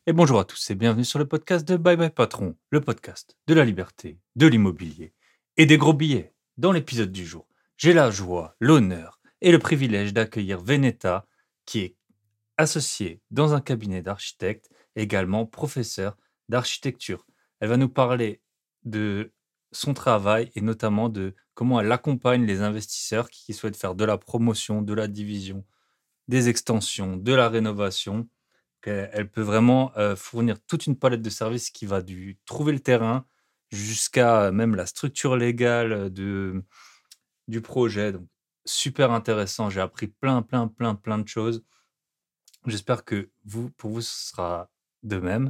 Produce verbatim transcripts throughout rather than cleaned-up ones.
Et bonjour à tous et bienvenue sur le podcast de Bye Bye Patron, le podcast de la liberté, de l'immobilier et des gros billets. Dans l'épisode du jour, j'ai la joie, l'honneur et le privilège d'accueillir Veneta, qui est associée dans un cabinet d'architectes, également professeure d'architecture. Elle va nous parler de son travail et notamment de comment elle accompagne les investisseurs qui souhaitent faire de la promotion, de la division, des extensions, de la rénovation. Qu'elle elle peut vraiment, heu, fournir toute une palette de services qui va du trouver le terrain jusqu'à, heu, même la structure légale, heu, de du projet, donc super intéressant. J'ai appris plein, plein, plein, plein de choses. J'espère que vous pour vous, ce sera de même.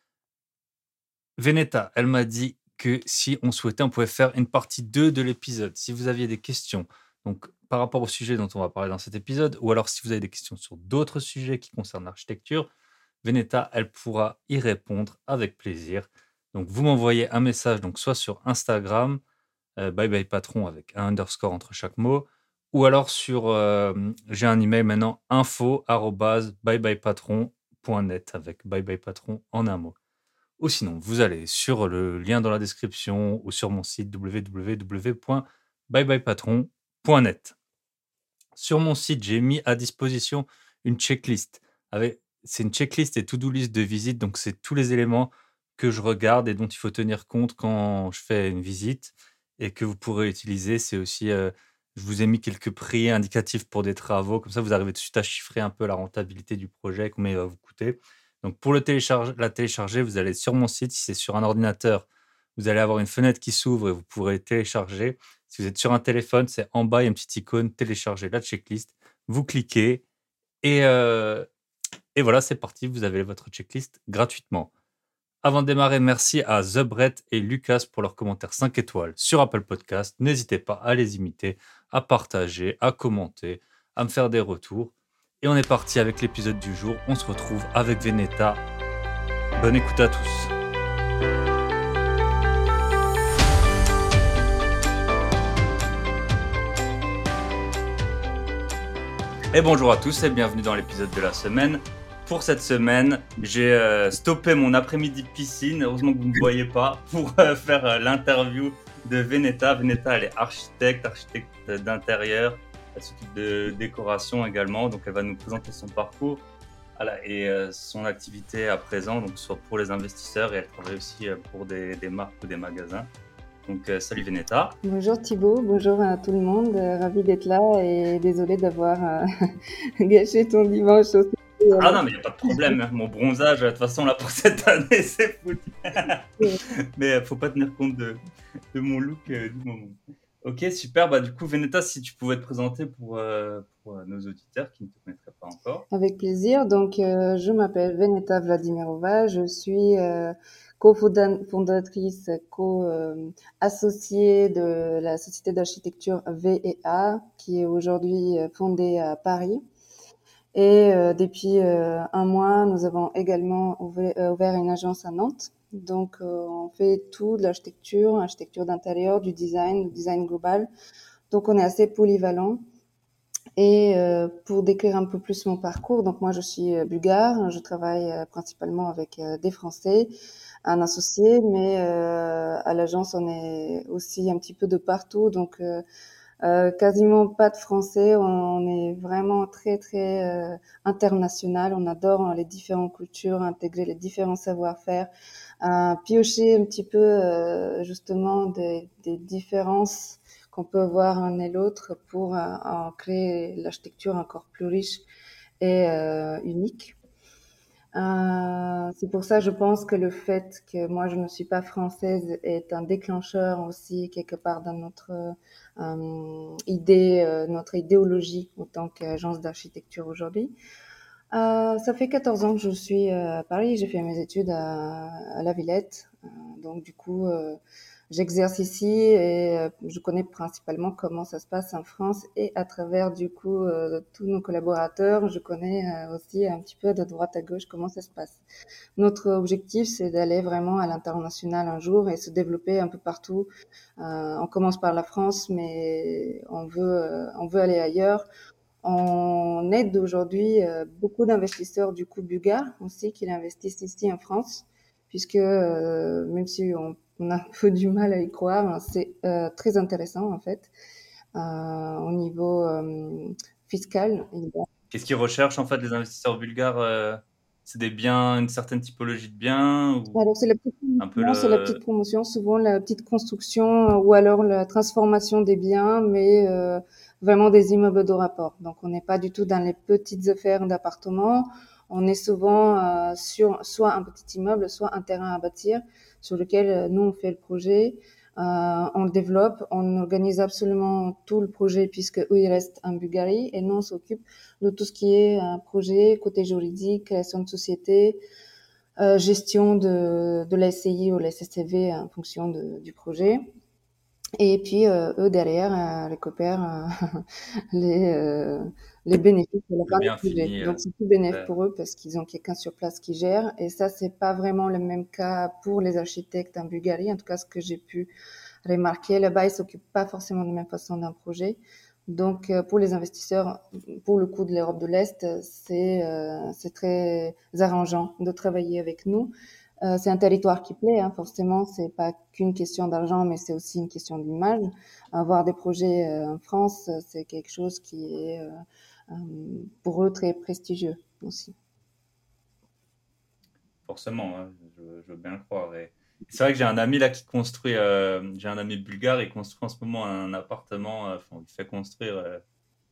Veneta, elle m'a dit que si on souhaitait, on pouvait faire une partie deux de l'épisode. Si vous aviez des questions, donc par rapport au sujet dont on va parler dans cet épisode, ou alors si vous avez des questions sur d'autres sujets qui concernent l'architecture, Veneta, elle pourra y répondre avec plaisir. Donc vous m'envoyez un message, donc soit sur Instagram, heu, bye bye patron avec un underscore entre chaque mot, ou alors sur, hem, j'ai un email maintenant info arobase byebyepatron.net avec bye bye patron en un mot. Ou sinon, vous allez sur le lien dans la description ou sur mon site w w w point bye bye patron point net. Sur mon site, j'ai mis à disposition une checklist avec c'est une checklist et to-do list de visite, donc c'est tous les éléments que je regarde et dont il faut tenir compte quand je fais une visite et que vous pourrez utiliser. C'est aussi, heu, je vous ai mis quelques prix indicatifs pour des travaux, comme ça vous arrivez tout de suite à chiffrer un peu la rentabilité du projet, combien il va vous coûter. Donc pour le télécharge la télécharger, vous allez sur mon site. Si c'est sur un ordinateur, vous allez avoir une fenêtre qui s'ouvre et vous pourrez télécharger. Si vous êtes sur un téléphone, c'est en bas, il y a une petite icône télécharger la checklist. Vous cliquez et heu et voilà, c'est parti, vous avez votre checklist gratuitement. Avant de démarrer, merci à The Brett et Lucas pour leurs commentaires cinq étoiles sur Apple Podcast. N'hésitez pas à les imiter, à partager, à commenter, à me faire des retours. Et on est parti avec l'épisode du jour. On se retrouve avec Veneta. Bonne écoute à tous. Et bonjour à tous et bienvenue dans l'épisode de la semaine. Pour cette semaine, j'ai euh, stoppé mon après-midi piscine, heureusement que vous ne me voyez pas, pour euh, faire euh, l'interview de Veneta. Veneta, elle est architecte, architecte d'intérieur, elle s'occupe de décoration également, donc elle va nous présenter son parcours voilà, et euh, son activité à présent, donc soit pour les investisseurs et elle travaille aussi euh, pour des, des marques ou des magasins. Donc euh, salut Veneta. Bonjour Thibaut, bonjour à tout le monde, euh, ravi d'être là et désolée d'avoir euh, gâché ton dimanche aussi. Ah non, mais il n'y a pas de problème. Mon bronzage, de toute façon, là, pour cette année, c'est foutu. Mais euh, faut pas tenir compte de, de mon look euh, du moment. Ok, super. Bah, du coup, Veneta, si tu pouvais te présenter pour, euh, pour euh, nos auditeurs qui ne te connaîtraient pas encore. Avec plaisir. Donc, euh, je m'appelle Veneta Vladimirova. Je suis euh, cofondatrice, co-associée de la société d'architecture V et A, qui est aujourd'hui euh, fondée à Paris. Et euh, depuis euh, un mois, nous avons également ouvert, euh, ouvert une agence à Nantes. Donc, euh, on fait tout de l'architecture, architecture d'intérieur, du design, du design global. Donc, on est assez polyvalent. Et euh, pour décrire un peu plus mon parcours, donc moi je suis euh, bulgare, je travaille euh, principalement avec euh, des Français, un associé, mais euh, à l'agence on est aussi un petit peu de partout, donc euh, euh, quasiment pas de Français, on est vraiment très très euh, international, on adore les différentes cultures, intégrer les différents savoir-faire, euh, piocher un petit peu euh, justement des, des différences qu'on peut avoir un et l'autre pour euh, en créer l'architecture encore plus riche et euh, unique. Euh, c'est pour ça, je pense que le fait que moi je ne suis pas française est un déclencheur aussi quelque part dans notre euh, idée, euh, notre idéologie en tant qu'agence d'architecture aujourd'hui. Euh, ça fait quatorze ans que je suis euh, à Paris. J'ai fait mes études à, à La Villette, euh, donc du coup euh, j'exerce ici et euh, je connais principalement comment ça se passe en France et à travers du coup euh, tous nos collaborateurs, je connais euh, aussi un petit peu de droite à gauche comment ça se passe. Notre objectif, c'est d'aller vraiment à l'international un jour et se développer un peu partout. Euh, on commence par la France, mais on veut, euh, on veut aller ailleurs. On On aide aujourd'hui euh, beaucoup d'investisseurs du coup bulgares aussi qui investissent ici en France, puisque euh, même si on, on a un peu du mal à y croire, hein, c'est euh, très intéressant en fait euh, au niveau euh, fiscal. Qu'est-ce qu'ils recherchent en fait les investisseurs bulgares euh, C'est des biens, une certaine typologie de biens ou Alors c'est la petite un peu promotion, c'est la petite le. promotion, souvent la petite construction euh, ou alors la transformation des biens, mais euh, vraiment des immeubles de rapport. Donc on n'est pas du tout dans les petites affaires d'appartements. On est souvent euh, sur soit un petit immeuble, soit un terrain à bâtir sur lequel euh, nous on fait le projet, euh, on le développe, on organise absolument tout le projet puisque eux ils restent en Bulgarie et nous on s'occupe de tout ce qui est un projet côté juridique, création de société, euh, gestion de, de la S C I ou la S S C V en fonction de, du projet. Et puis euh, eux derrière euh, récupèrent euh, les, euh, les bénéfices de la Le fin du bien projet. fini. euh, Donc c'est tout bénéfice derrière. pour eux parce qu'ils ont quelqu'un sur place qui gère. Et ça c'est pas vraiment le même cas pour les architectes en Bulgarie. En tout cas ce que j'ai pu remarquer là-bas, ils s'occupent pas forcément de la même façon d'un projet. Donc euh, pour les investisseurs, pour le coup de l'Europe de l'Est, c'est euh, c'est très arrangeant de travailler avec nous. Euh, c'est un territoire qui plaît, hein, forcément, c'est pas qu'une question d'argent, mais c'est aussi une question d'image. Avoir des projets euh, en France, c'est quelque chose qui est euh, euh, pour eux très prestigieux aussi. Forcément, hein, je, je veux bien le croire. Et c'est vrai que j'ai un ami là qui construit, euh, j'ai un ami bulgare, il construit en ce moment un appartement, euh, enfin, il fait construire euh,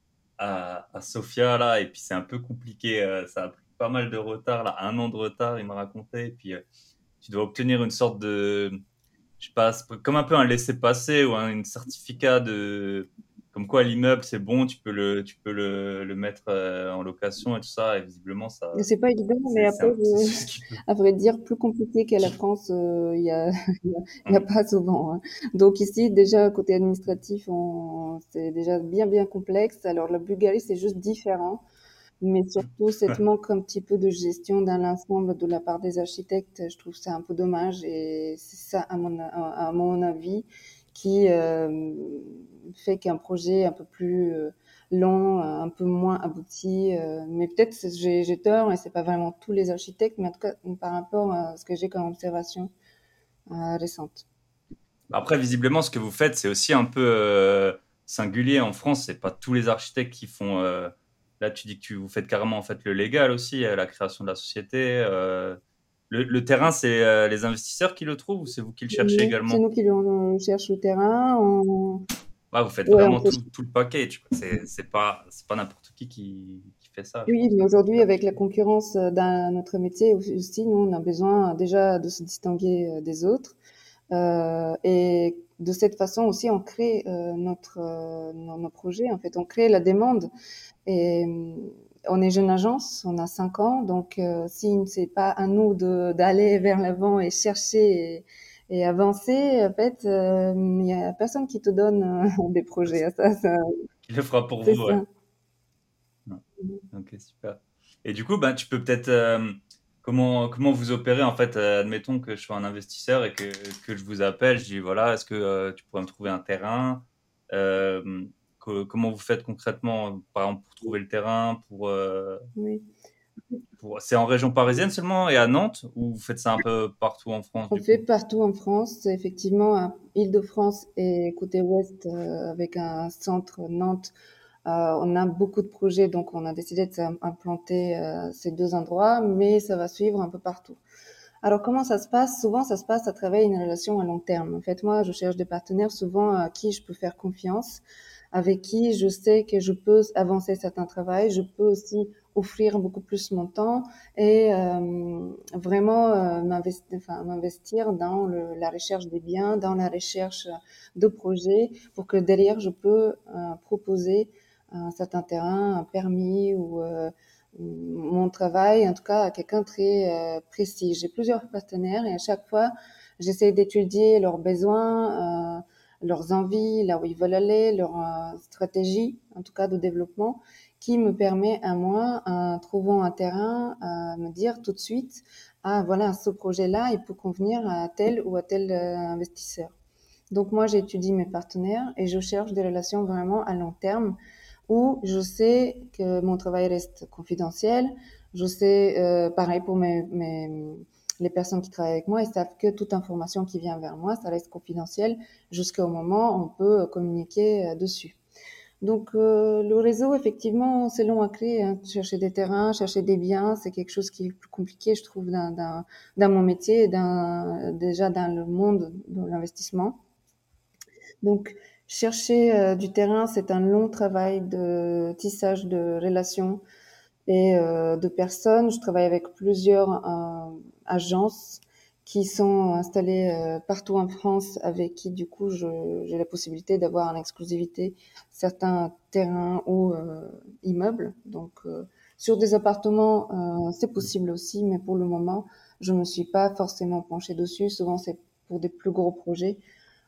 à, à Sofia là, et puis c'est un peu compliqué, euh, ça a pris pas mal de retard là, un an de retard, il m'a raconté, et puis euh, tu dois obtenir une sorte de, je sais pas, c'est comme un peu un laissez-passer ou un une certificat de, comme quoi l'immeuble c'est bon, tu peux le, tu peux le, le mettre euh, en location et tout ça, et visiblement Mais ça, c'est pas évident, mais c'est c'est après, un je, processus qui peut. à vrai dire, plus compliqué qu'à la France, euh, il y a, il y a, il y a Hum, pas souvent, hein. Donc ici, déjà, côté administratif, on, c'est déjà bien, bien complexe. Alors la Bulgarie, c'est juste différent. Mais surtout, cette ouais. manque un petit peu de gestion dans l'ensemble de la part des architectes, je trouve ça un peu dommage. Et c'est ça, à mon, à, à mon avis, qui euh, fait qu'un projet un peu plus euh, long, un peu moins abouti. Euh, mais peut-être c'est- j'ai, j'ai tort et c'est pas vraiment tous les architectes, mais en tout cas par rapport à ce que j'ai comme observation euh, récente. Après, visiblement, ce que vous faites, c'est aussi un peu euh, singulier en France. C'est pas tous les architectes qui font. euh, Là, tu dis que tu vous faites carrément en fait le légal aussi, euh, la création de la société. euh, Le, le terrain, c'est euh, les investisseurs qui le trouvent ou c'est vous qui le cherchez C'est également? nous qui on cherche le terrain. On, Ouais, vous faites ouais, on vraiment peut tout, tout le package, quoi. C'est c'est pas, c'est pas n'importe qui, qui qui fait ça, je Oui, pense, mais hein, c'est aujourd'hui, clair. avec la concurrence euh, dans notre métier aussi, nous, on a besoin déjà de se distinguer euh, des autres. Euh, et de cette façon aussi, on crée euh, notre, euh, nos, nos projets. En fait, on crée la demande. Et euh, on est jeune agence, on a cinq ans. Donc, euh, si c'est pas à nous de, d'aller vers l'avant et chercher et, et avancer, en fait, euh, il y a personne qui te donne euh, des projets. Ça, ça, Qui le fera pour c'est vous, ouais. ça. Ouais. Ok, super. Et du coup, ben, tu peux peut-être euh, comment comment vous opérez en fait. euh, admettons que je sois un investisseur et que, que je vous appelle, je dis voilà, est-ce que euh, tu pourrais me trouver un terrain? Euh, que- comment vous faites concrètement, par exemple, pour trouver le terrain, pour euh, Oui. pour c'est en région parisienne seulement et à Nantes ou vous faites ça un peu partout en France On du fait coup? partout en France, effectivement, à Île-de-France et côté ouest, euh, avec un centre Nantes. Euh, on a beaucoup de projets, donc on a décidé de s'implanter euh, ces deux endroits, mais ça va suivre un peu partout. Alors comment ça se passe? Souvent, ça se passe à travers une relation à long terme. En fait, moi, je cherche des partenaires souvent à qui je peux faire confiance, avec qui je sais que je peux avancer certains travaux. Je peux aussi offrir beaucoup plus mon temps et euh, vraiment euh, m'investir, enfin, m'investir dans le, la recherche des biens, dans la recherche de projets, pour que derrière, je peux euh, proposer un certain terrain, un permis ou euh, mon travail, en tout cas, à quelqu'un de très euh, précis. J'ai plusieurs partenaires et à chaque fois, j'essaie d'étudier leurs besoins, euh, leurs envies, là où ils veulent aller, leur euh, stratégie, en tout cas de développement, qui me permet à moi, en trouvant un terrain, à me dire tout de suite, ah voilà, ce projet-là, il peut convenir à tel ou à tel euh, investisseur. Donc moi, j'étudie mes partenaires et je cherche des relations vraiment à long terme où je sais que mon travail reste confidentiel. Je sais, euh, pareil pour mes, mes, les personnes qui travaillent avec moi, ils savent que toute information qui vient vers moi, ça reste confidentiel jusqu'au moment où on peut communiquer dessus. Donc euh, le réseau, effectivement, c'est long à créer. Hein. Chercher des terrains, chercher des biens, c'est quelque chose qui est plus compliqué, je trouve, dans, dans, dans mon métier, dans, déjà dans le monde de l'investissement. Donc chercher euh, du terrain, c'est un long travail de tissage de relations et euh, de personnes. Je travaille avec plusieurs euh, agences qui sont installées euh, partout en France, avec qui du coup je, j'ai la possibilité d'avoir en exclusivité certains terrains ou euh, immeubles. Donc euh, sur des appartements, euh, c'est possible aussi, mais pour le moment, je me suis pas forcément penchée dessus. Souvent, c'est pour des plus gros projets.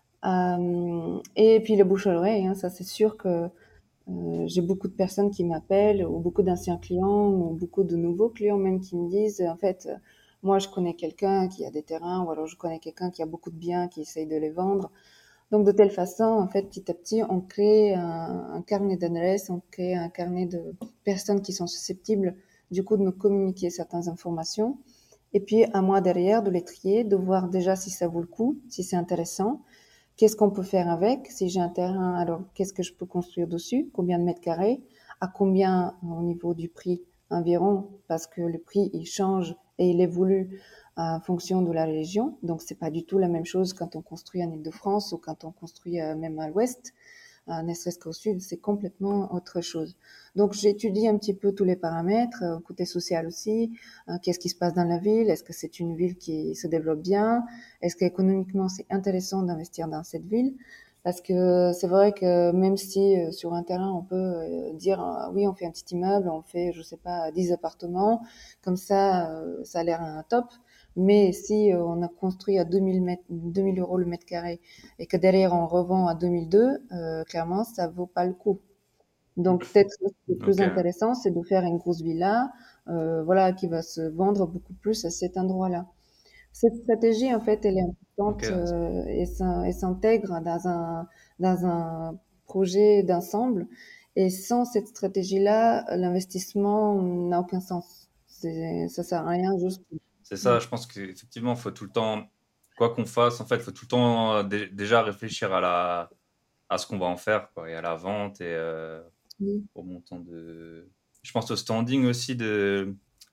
Euh, et puis le bouche à oreille, hein, ça c'est sûr que euh, j'ai beaucoup de personnes qui m'appellent, ou beaucoup d'anciens clients, ou beaucoup de nouveaux clients même qui me disent, en fait, euh, moi je connais quelqu'un qui a des terrains, ou alors je connais quelqu'un qui a beaucoup de biens, qui essaye de les vendre. Donc de telle façon, en fait, petit à petit, on crée un, un carnet d'adresses, on crée un carnet de personnes qui sont susceptibles, du coup, de nous communiquer certaines informations. Et puis, à moi derrière, de les trier, de voir déjà si ça vaut le coup, si c'est intéressant. Qu'est-ce qu'on peut faire avec? Si j'ai un terrain, alors qu'est-ce que je peux construire dessus? Combien de mètres carrés? À combien au niveau du prix environ? Parce que le prix, il change et il évolue en fonction de la région. Donc, c'est pas du tout la même chose quand on construit en Île-de-France ou quand on construit euh, même à l'ouest. Euh, ne serait-ce qu'au sud, c'est complètement autre chose. Donc, j'étudie un petit peu tous les paramètres, euh, côté social aussi. Euh, qu'est-ce qui se passe dans la ville? Est-ce que c'est une ville qui se développe bien? Est-ce qu'économiquement, c'est intéressant d'investir dans cette ville? Parce que c'est vrai que même si euh, sur un terrain, on peut euh, dire euh, oui, on fait un petit immeuble, on fait, je sais pas, dix appartements, comme ça, euh, ça a l'air un top. Mais si euh, on a construit à deux mille mètres, deux mille euros le mètre carré et que derrière on revend à deux mille deux, euh, clairement, ça vaut pas le coup. Donc peut-être que le plus Ok, intéressant, c'est de faire une grosse villa, euh, voilà, qui va se vendre beaucoup plus à cet endroit-là. Cette stratégie, en fait, elle est ok, importante euh, et s'in- et s'intègre dans un, dans un projet d'ensemble. Et sans cette stratégie-là, l'investissement n'a aucun sens. C'est, ça sert à rien, juste. c'est ça. Je pense qu'effectivement, il faut tout le temps, quoi qu'on fasse, en fait, il faut tout le temps euh, dé- déjà réfléchir à la, à ce qu'on va en faire, quoi, et à la vente et euh, Oui, au montant de. Je pense au standing aussi de,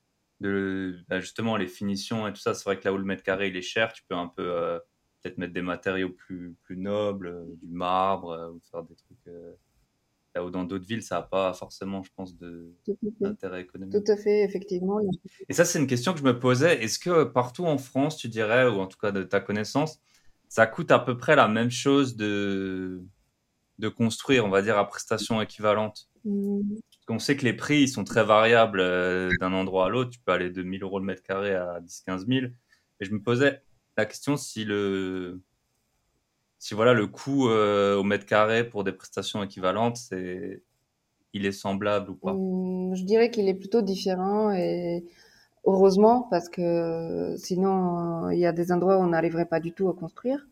de bah, justement les finitions et tout ça. C'est vrai que là où le mètre carré il est cher, tu peux un peu euh, peut-être mettre des matériaux plus, plus nobles, euh, du marbre, euh, ou faire des trucs. euh, Là où dans d'autres villes, ça n'a pas forcément, je pense, de tout à fait. d'intérêt Tout économique. à fait, effectivement. Et ça, c'est une question que je me posais. Est-ce que partout en France, tu dirais, ou en tout cas de ta connaissance, ça coûte à peu près la même chose de, de construire, on va dire, à prestation équivalente? Hum, Parce qu'on sait que les prix, ils sont très variables euh, d'un endroit à l'autre. Tu peux aller de mille euros le mètre carré à dix quinze mille. Et je me posais la question si le, si voilà, le coût euh, au mètre carré pour des prestations équivalentes, c'est, il est semblable ou pas. hum, je dirais qu'il est plutôt différent et heureusement parce que sinon euh, il y a des endroits où on n'arriverait pas du tout à construire.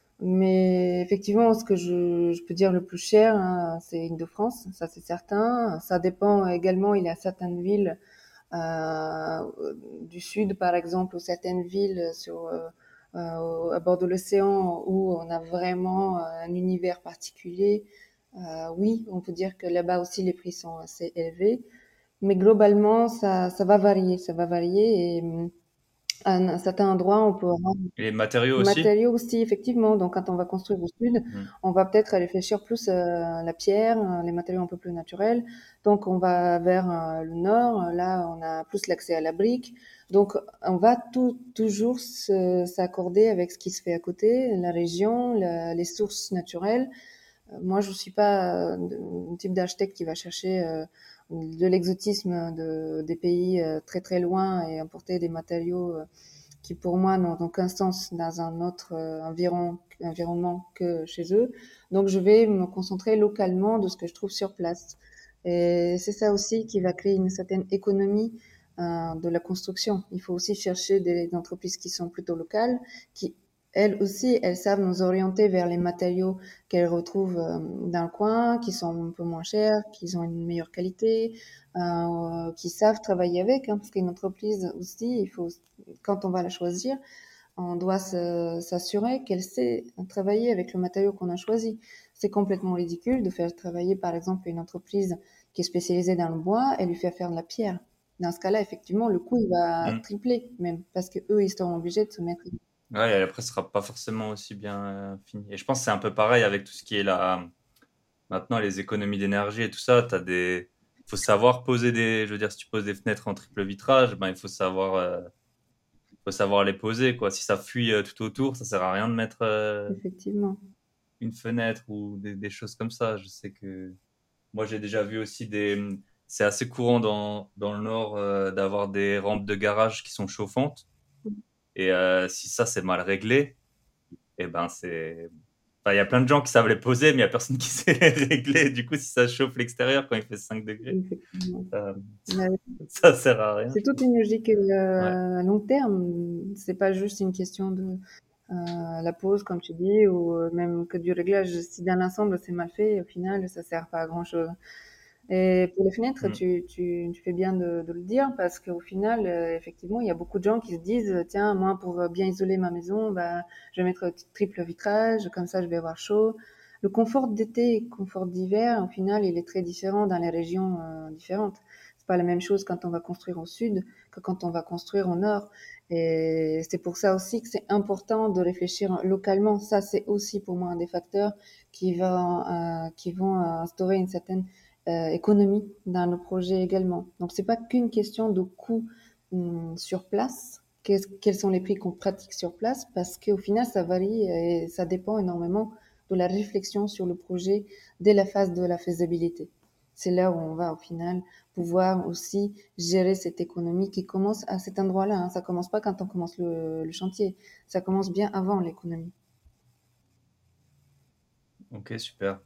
Mais effectivement, ce que je, je peux dire le plus cher, hein, c'est Île-de-France, ça c'est certain. Ça dépend également, il y a certaines villes euh, du sud, par exemple, ou certaines villes sur, euh, euh, à bord de l'océan où on a vraiment euh, un univers particulier. Euh, oui, on peut dire que là-bas aussi les prix sont assez élevés, mais globalement ça, ça va varier, ça va varier et hum, à un certain endroit on peut avoir Et les matériaux des aussi? matériaux aussi, effectivement. Donc, quand on va construire au sud, Hmm. on va peut-être réfléchir plus à la pierre, euh, les matériaux un peu plus naturels. Donc, on va vers euh, le nord. Là, on a plus l'accès à la brique. Donc, on va tout, toujours se- s'accorder avec ce qui se fait à côté, la région, la- les sources naturelles. Euh, Moi, je suis pas euh, un type d'architecte qui va chercher euh, de l'exotisme de, des pays euh, très très loin et importer des matériaux euh, qui pour moi n'ont aucun sens dans un autre euh, environ, environnement que chez eux. Donc je vais me concentrer localement de ce que je trouve sur place. Et c'est ça aussi qui va créer une certaine économie euh, de la construction. Il faut aussi chercher des entreprises qui sont plutôt locales, qui elles aussi, elles savent nous orienter vers les matériaux qu'elles retrouvent euh, dans le coin, qui sont un peu moins chers, qui ont une meilleure qualité, euh, qui savent travailler avec, hein, parce qu'une entreprise aussi, il faut, quand on va la choisir, on doit se- s'assurer qu'elle sait travailler avec le matériau qu'on a choisi. C'est complètement ridicule de faire travailler, par exemple, une entreprise qui est spécialisée dans le bois et lui faire faire de la pierre. Dans ce cas-là, effectivement, le coût, il va Mm. tripler même, parce que eux, ils seront obligés de se mettre. Ouais, et après, ce sera pas forcément aussi bien euh, fini. Et je pense que c'est un peu pareil avec tout ce qui est là. Maintenant, les économies d'énergie et tout ça, t'as des. Faut savoir poser des. Je veux dire, si tu poses des fenêtres en triple vitrage, ben, il faut savoir, euh, faut savoir les poser, quoi. Si ça fuit euh, tout autour, ça sert à rien de mettre euh, Effectivement. une fenêtre ou des, des choses comme ça. Je sais que moi, j'ai déjà vu aussi des. C'est assez courant dans, dans le Nord euh, d'avoir des rampes de garage qui sont chauffantes. Et euh, si ça, c'est mal réglé, eh ben, c'est. Enfin, il y a plein de gens qui savent les poser, mais il y a personne qui sait les régler. Du coup, si ça chauffe l'extérieur quand il fait cinq degrés, Effectivement. euh, Mais ça sert à rien, c'est je toute pense. une logique Ouais. euh, à long terme. C'est pas juste une question de euh, la pause, comme tu dis, ou euh, même que du réglage. Si dans l'ensemble c'est mal fait, au final, ça sert pas à grand-chose. Et pour les fenêtres, Mm. tu, tu, tu fais bien de, de le dire parce qu'au final, euh, effectivement, il y a beaucoup de gens qui se disent, tiens, moi, pour bien isoler ma maison, bah, je vais mettre un triple vitrage, comme ça, je vais avoir chaud. Le confort d'été et le confort d'hiver, au final, il est très différent dans les régions euh, différentes. C'est pas la même chose quand on va construire au sud que quand on va construire au nord. Et c'est pour ça aussi que c'est important de réfléchir localement. Ça, c'est aussi pour moi un des facteurs qui va, euh, qui vont instaurer une certaine euh, économie dans le projet également. Donc c'est pas qu'une question de coût hum, sur place. Qu'est-ce- Quels sont les prix qu'on pratique sur place? Parce qu'au final, ça varie et ça dépend énormément de la réflexion sur le projet dès la phase de la faisabilité. C'est là où on va au final pouvoir aussi gérer cette économie qui commence à cet endroit-là. Hein. Ça commence pas quand on commence le, le chantier, ça commence bien avant l'économie. Ok, super.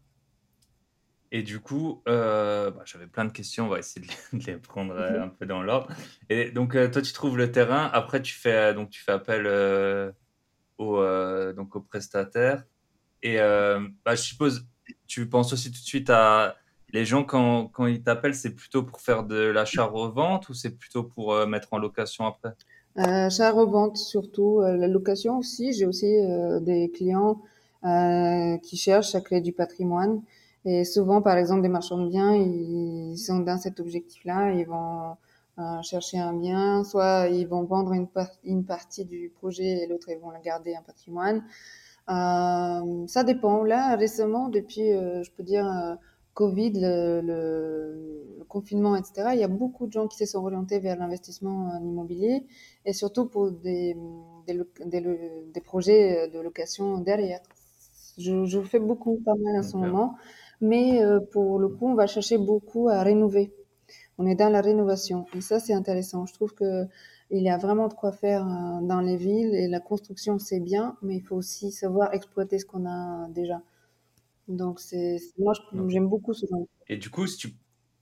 Et du coup, euh, bah, j'avais plein de questions, on va essayer de les, de les prendre euh, un peu dans l'ordre. Et donc, euh, toi, tu trouves le terrain, après, tu fais, euh, donc, tu fais appel euh, au, euh, donc, au prestataire. Et euh, bah, je suppose, tu penses aussi tout de suite à les gens quand, quand ils t'appellent, c'est plutôt pour faire de l'achat-revente ou c'est plutôt pour euh, mettre en location après? Euh, achat-revente surtout, euh, la location aussi. J'ai aussi euh, des clients euh, qui cherchent à créer du patrimoine. Et souvent, par exemple, des marchands de biens, ils sont dans cet objectif-là. Ils vont euh, chercher un bien, soit ils vont vendre une, par- une partie du projet et l'autre, ils vont la garder en patrimoine. Euh, ça dépend. Là, récemment, depuis, euh, je peux dire, euh, Covid, le, le- le confinement, et cetera, il y a beaucoup de gens qui se sont orientés vers l'investissement en immobilier et surtout pour des, des, lo- des lo- des projets de location derrière. Je, je fais beaucoup, pas mal en ce Ok. moment, mais euh, pour le coup, on va chercher beaucoup à rénover. On est dans la rénovation et ça, c'est intéressant. Je trouve que il y a vraiment de quoi faire euh, dans les villes et la construction, c'est bien, mais il faut aussi savoir exploiter ce qu'on a déjà. Donc, c'est, c'est- moi, je- Ok. j'aime beaucoup ce genre. Et du coup, si tu,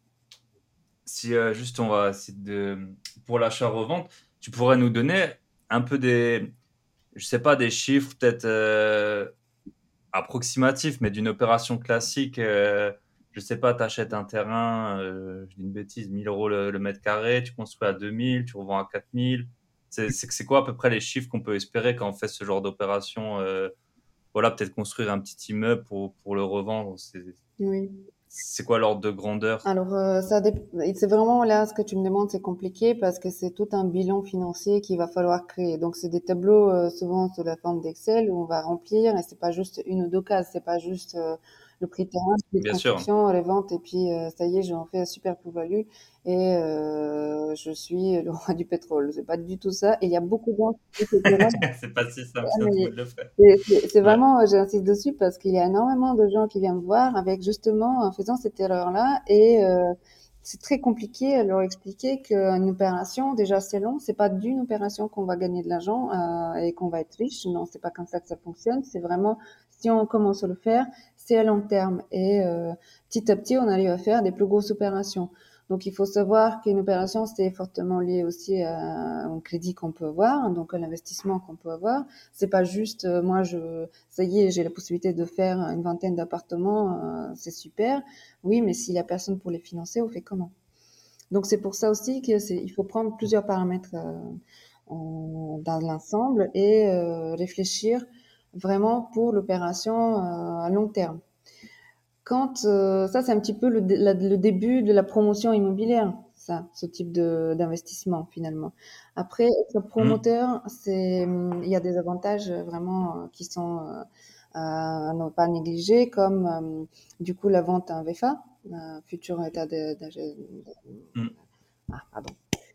si euh, juste on va essayer de, pour l'achat-revente, tu pourrais nous donner un peu des, je sais pas, des chiffres peut-être euh, approximatifs, mais d'une opération classique. Euh, je sais pas, tu achètes un terrain, euh, je dis une bêtise, mille euros le, le mètre carré, tu construis à deux mille, tu revends à quatre mille. C'est c'est c'est quoi à peu près les chiffres qu'on peut espérer quand on fait ce genre d'opération euh, voilà, peut-être construire un petit immeuble pour, pour le revendre. C'est Oui. c'est quoi l'ordre de grandeur? Alors, euh, ça dép- et c'est vraiment là ce que tu me demandes, c'est compliqué parce que c'est tout un bilan financier qu'il va falloir créer. Donc, c'est des tableaux euh, souvent sous la forme d'Excel où on va remplir et c'est pas juste une ou deux cases, c'est pas juste euh, le prix de terrain, le prix de Bien sûr. construction, les ventes et puis euh, ça y est, j'en fais un super plus-value et euh, je suis le roi du pétrole. C'est pas du tout ça. Et il y a beaucoup de gens qui font cette erreur. C'est pas si simple, Ah, sinon tout le mais monde le fait. c'est c'est- c'est Ouais, vraiment, j'insiste dessus parce qu'il y a énormément de gens qui viennent me voir avec justement en faisant cette erreur-là et euh, c'est très compliqué à leur expliquer qu'une opération, déjà c'est long, c'est pas d'une opération qu'on va gagner de l'argent euh, et qu'on va être riche. Non, c'est pas comme ça que ça fonctionne. C'est vraiment si on commence à le faire, c'est à long terme et euh, petit à petit on arrive à faire des plus grosses opérations. Donc, il faut savoir qu'une opération, c'est fortement lié aussi à, au crédit qu'on peut avoir, donc à l'investissement qu'on peut avoir. C'est pas juste, euh, moi, je, ça y est, j'ai la possibilité de faire une vingtaine d'appartements, euh, c'est super. Oui, mais s'il y a personne pour les financer, on fait comment? Donc, c'est pour ça aussi que c'est, il faut prendre plusieurs paramètres euh, en- dans l'ensemble et euh, réfléchir vraiment pour l'opération euh, à long terme. Quand euh, ça, c'est un petit peu le, dé- la- le début de la promotion immobilière, ça, ce type de d'investissement finalement. Après, être Mmh. promoteur, c'est, hum, il y a des avantages euh, vraiment euh, qui sont euh, à ne pas négliger, comme euh, du coup la vente à un V F A, un futur état de, de- Mmh. ah, pardon.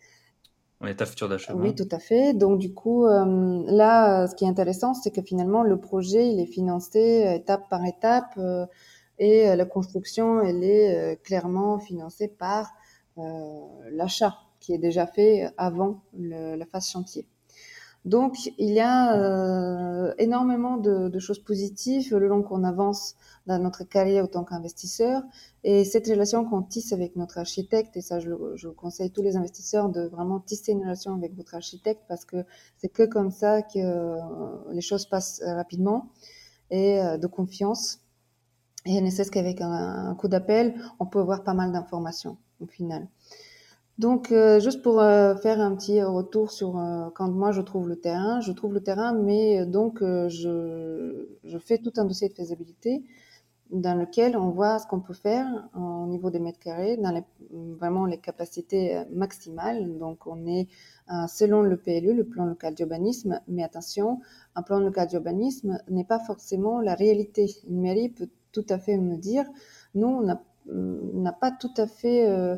En état futur Oui, d'achèvement. tout à fait. Donc du coup, euh, là, euh, ce qui est intéressant, c'est que finalement, le projet, il est financé euh, étape par étape euh, et euh, la construction, elle est euh, clairement financée par euh, l'achat qui est déjà fait avant le- la phase chantier. Donc, il y a euh, énormément de, de choses positives le long qu'on avance dans notre carrière en tant qu'investisseur. Et cette relation qu'on tisse avec notre architecte, et ça, je, je conseille tous les investisseurs de vraiment tisser une relation avec votre architecte parce que c'est que comme ça que euh, les choses passent rapidement et euh, de confiance. Et ne serait-ce qu'avec un, un coup d'appel, on peut avoir pas mal d'informations au final. Donc, euh, juste pour euh, faire un petit retour sur euh, quand moi je trouve le terrain, je trouve le terrain, mais euh, donc euh, je, je fais tout un dossier de faisabilité dans lequel on voit ce qu'on peut faire au niveau des mètres carrés, dans les, vraiment les capacités euh, maximales. Donc, on est euh, selon le P L U, le plan local d'urbanisme, mais attention, un plan local d'urbanisme n'est pas forcément la réalité. Une mairie peut tout à fait me dire, nous, on n'a n'a pas tout à fait euh,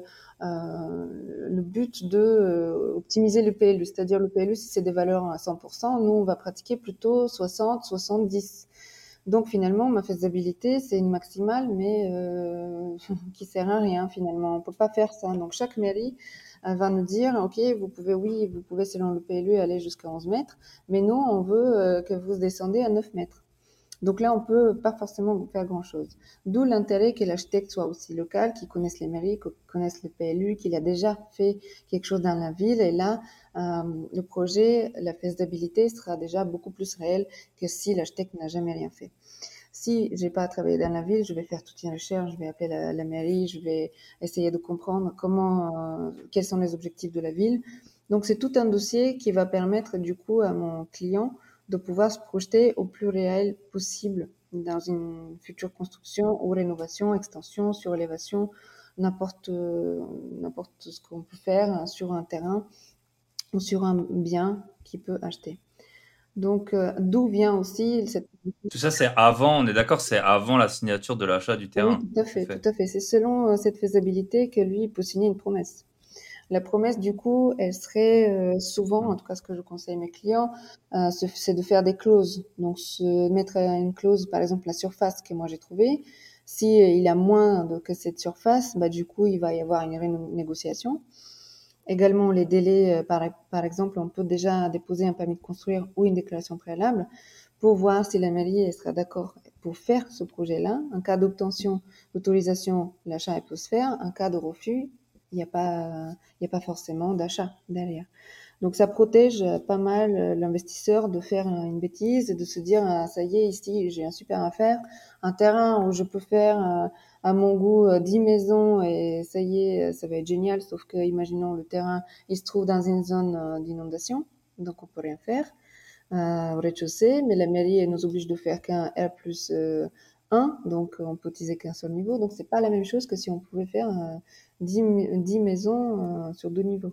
euh, le but de euh, optimiser le P L U, c'est-à-dire le P L U, si c'est des valeurs à cent pour cent, nous, on va pratiquer plutôt soixante, soixante-dix. Donc finalement, ma faisabilité, c'est une maximale, mais euh, qui sert à rien finalement. On peut pas faire ça. Donc chaque mairie elle va nous dire, ok, vous pouvez, oui, vous pouvez selon le P L U aller jusqu'à onze mètres, mais nous, on veut euh, que vous descendez à neuf mètres. Donc là, on peut pas forcément faire grand-chose. D'où l'intérêt que l'architecte soit aussi local, qu'il connaisse les mairies, qu'il connaisse le P L U, qu'il a déjà fait quelque chose dans la ville. Et là, euh, le projet, la faisabilité sera déjà beaucoup plus réelle que si l'architecte n'a jamais rien fait. Si j'ai pas travaillé dans la ville, je vais faire toute une recherche, je vais appeler la, la mairie, je vais essayer de comprendre comment, euh, quels sont les objectifs de la ville. Donc c'est tout un dossier qui va permettre du coup à mon client de pouvoir se projeter au plus réel possible dans une future construction ou rénovation, extension, surélévation, n'importe euh, n'importe ce qu'on peut faire sur un terrain ou sur un bien qu'il peut acheter. Donc euh, d'où vient aussi cette Tout ça, c'est avant, on est d'accord, c'est avant la signature de l'achat du oui, terrain, tout à c'est fait, tout fait. à fait. C'est selon euh, cette faisabilité que lui il peut signer une promesse. La promesse, du coup, elle serait euh, souvent, en Mmh. tout cas ce que je conseille à mes clients, euh, se- c'est de faire des clauses. Donc, se mettre à une clause, par exemple la surface que moi j'ai trouvée. Si euh, il a moins de, que cette surface, bah du coup, il va y avoir une renégociation. Également, les délais, euh, par, par exemple, on peut déjà déposer un permis de construire ou une déclaration préalable pour voir si la mairie elle sera d'accord pour faire ce projet-là. En cas d'obtention d'autorisation, l'achat elle peut se faire. En cas de refus, il n'y a pas, il n'y a pas forcément d'achat derrière. Donc ça protège pas mal euh, l'investisseur de faire euh, une bêtise et de se dire ah, ça y est ici j'ai un super affaire, un terrain où je peux faire euh, à mon goût euh, dix maisons et ça y est ça va être génial sauf que imaginons le terrain il se trouve dans une zone euh, d'inondation donc on peut rien faire euh, au rez-de-chaussée mais la mairie elle nous oblige de faire qu'un R plus euh, un donc on peut utiliser qu'un seul niveau donc c'est pas la même chose que si on pouvait faire euh, dix, dix maisons euh, sur deux niveaux.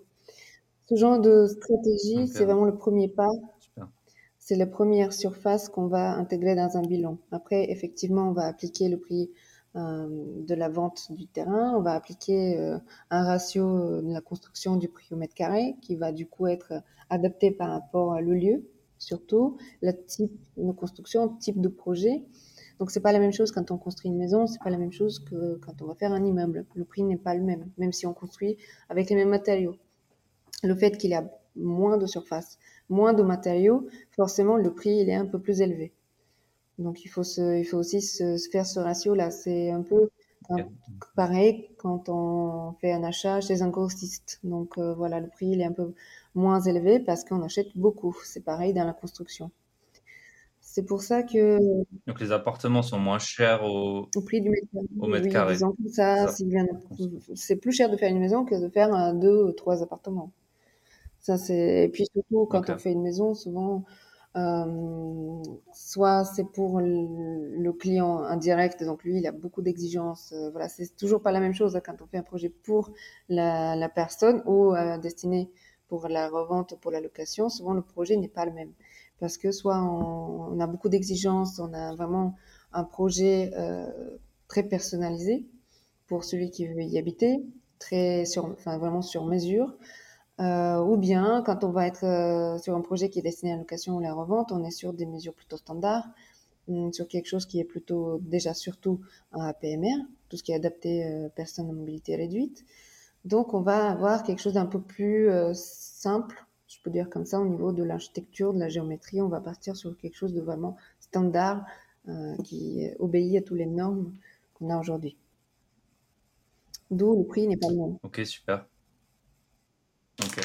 Ce genre de stratégie, c'est OK, vraiment le premier pas. super. C'est la première surface qu'on va intégrer dans un bilan. Après, effectivement, on va appliquer le prix euh, de la vente du terrain, on va appliquer euh, un ratio euh, de la construction du prix au mètre carré qui va du coup être adapté par rapport au lieu, surtout le type de construction, type de projet. Donc c'est pas la même chose quand on construit une maison, c'est pas la même chose que quand on va faire un immeuble. Le prix n'est pas le même, même si on construit avec les mêmes matériaux. Le fait qu'il a moins de surface, moins de matériaux, forcément le prix il est un peu plus élevé. Donc il faut se, il faut aussi se, se faire ce ratio là. C'est un peu Quand pareil, quand on fait un achat chez un grossiste. Donc heu, voilà, le prix il est un peu moins élevé parce qu'on achète beaucoup. C'est pareil dans la construction. C'est pour ça que Donc les appartements sont moins chers au au prix du mètre carré, au mètre oui, carré, disons que c'est ça, ça? s'il y en a Cons c'est plus cher de faire une maison que de faire, heu, deux ou trois appartements. Ça c'est et puis surtout quand on OK. fait une maison, souvent, hem, soit c'est pour l le client indirect, donc lui il a beaucoup d'exigences, heu, voilà, c'est toujours pas la même chose, hein, quand on fait un projet pour la la personne ou heu, destiné pour la revente, pour la location, souvent le projet n'est pas le même. Parce que soit on on a beaucoup d'exigences, on a vraiment un projet, heu, très personnalisé pour celui qui veut y habiter, très sur enfin vraiment sur mesure. Heu, ou bien quand on va être, heu, sur un projet qui est destiné à la location ou la revente, on est sur des mesures plutôt standards, mmh, sur quelque chose qui est plutôt déjà surtout un P M R, tout ce qui est adapté, heu, personnes à mobilité réduite. Donc on va avoir quelque chose d'un peu plus, heu, simple, je peux dire comme ça, au niveau de l'architecture, de la géométrie. On va partir sur quelque chose de vraiment standard, heu, qui obéit à tous les normes qu'on a aujourd'hui. D'où le prix n'est pas le même. OK, super. OK.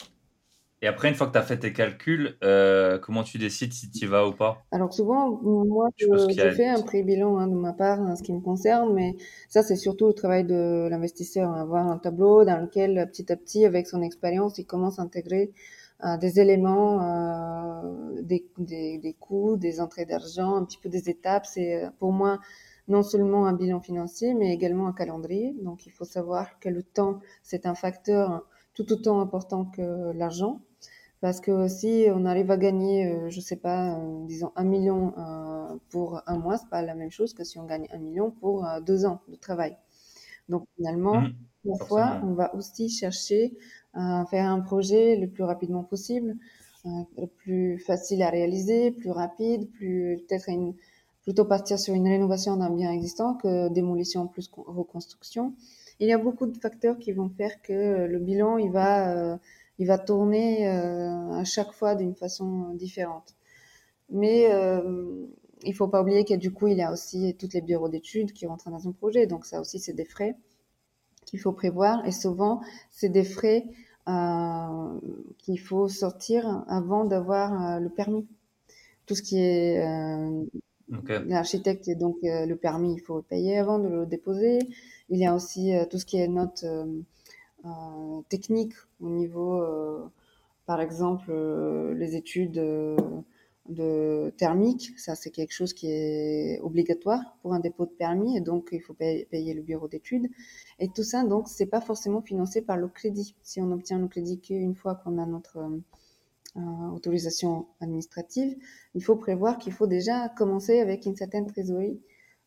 Et après, une fois que tu as fait tes calculs, heu, comment tu décides si tu y vas ou pas? Alors souvent, moi, Je suppose qu'il y je a je fais un prix bilan, hein, de ma part, en ce qui me concerne, mais ça, c'est surtout le travail de l'investisseur, hein. Avoir un tableau dans lequel, petit à petit, avec son expérience, il commence à intégrer euh, des éléments, euh, des, des, des coûts, des entrées d'argent, un petit peu des étapes. C'est euh, pour moi non seulement un bilan financier, mais également un calendrier. Donc, il faut savoir que le temps, c'est un facteur tout autant important que l'argent. Parce que si on arrive à gagner, euh, je sais pas, euh, disons un million euh, pour un mois, c'est pas la même chose que si on gagne un million pour euh, deux ans de travail. Donc finalement, Mmh. parfois, Forcément. on va aussi chercher à faire un projet le plus rapidement possible, euh, le plus facile à réaliser, plus rapide, plus peut-être une, plutôt partir sur une rénovation d'un bien existant que démolition plus con- reconstruction. Il y a beaucoup de facteurs qui vont faire que le bilan il va euh, il va tourner euh, à chaque fois d'une façon différente. Mais euh, il faut pas oublier que du coup, il y a aussi toutes les bureaux d'études qui rentrent dans un projet. Donc ça aussi, c'est des frais qu'il faut prévoir. Et souvent, c'est des frais euh, qu'il faut sortir avant d'avoir euh, le permis. Tout ce qui est euh, OK. l'architecte et donc euh, le permis, il faut le payer avant de le déposer. Il y a aussi euh, tout ce qui est notes euh, euh, techniques au niveau euh, par exemple, euh, les études euh, de thermique, ça c'est quelque chose qui est obligatoire pour un dépôt de permis et donc il faut payer, payer le bureau d'études. Et tout ça, donc, c'est pas forcément financé par le crédit. Si on obtient le crédit qu'une fois qu'on a notre euh, autorisation administrative, il faut prévoir qu'il faut déjà commencer avec une certaine trésorerie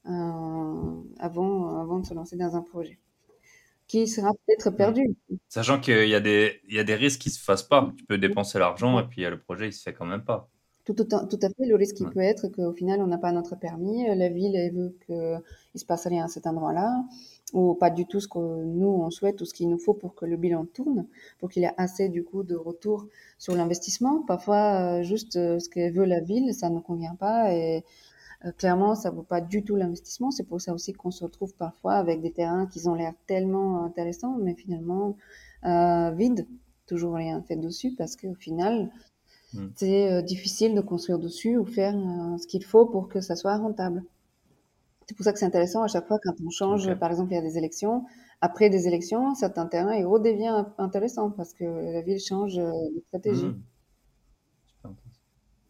euh, avant, avant de se lancer dans un projet qui sera peut-être Mmh. perdu. Sachant qu'il y a des il y a des risques qui se fassent pas. Tu peux dépenser l'argent Ouais. et puis, heu, le projet, il se fait quand même pas. Tout, autant- tout à fait, le risque il Ouais. peut être qu'au final on n'a pas notre permis, la ville elle veut qu'il se passe rien à cet endroit-là, ou pas du tout ce que nous on souhaite ou ce qu'il nous faut pour que le bilan tourne, pour qu'il y ait assez du coup de retour sur l'investissement. Parfois euh, juste euh, ce que veut la ville, ça ne convient pas et euh, clairement ça vaut pas du tout l'investissement. C'est pour ça aussi qu'on se retrouve parfois avec des terrains qui ont l'air tellement intéressants, mais finalement euh, vides, toujours rien fait dessus parce qu'au final Mmh. c'est euh, difficile de construire dessus ou faire euh, ce qu'il faut pour que ça soit rentable. C'est pour ça que c'est intéressant à chaque fois quand on change, OK. par exemple, il y a des élections. Après des élections, certains terrains, il redevient intéressant parce que la ville change euh, de stratégie. Mmh. Super intéressant.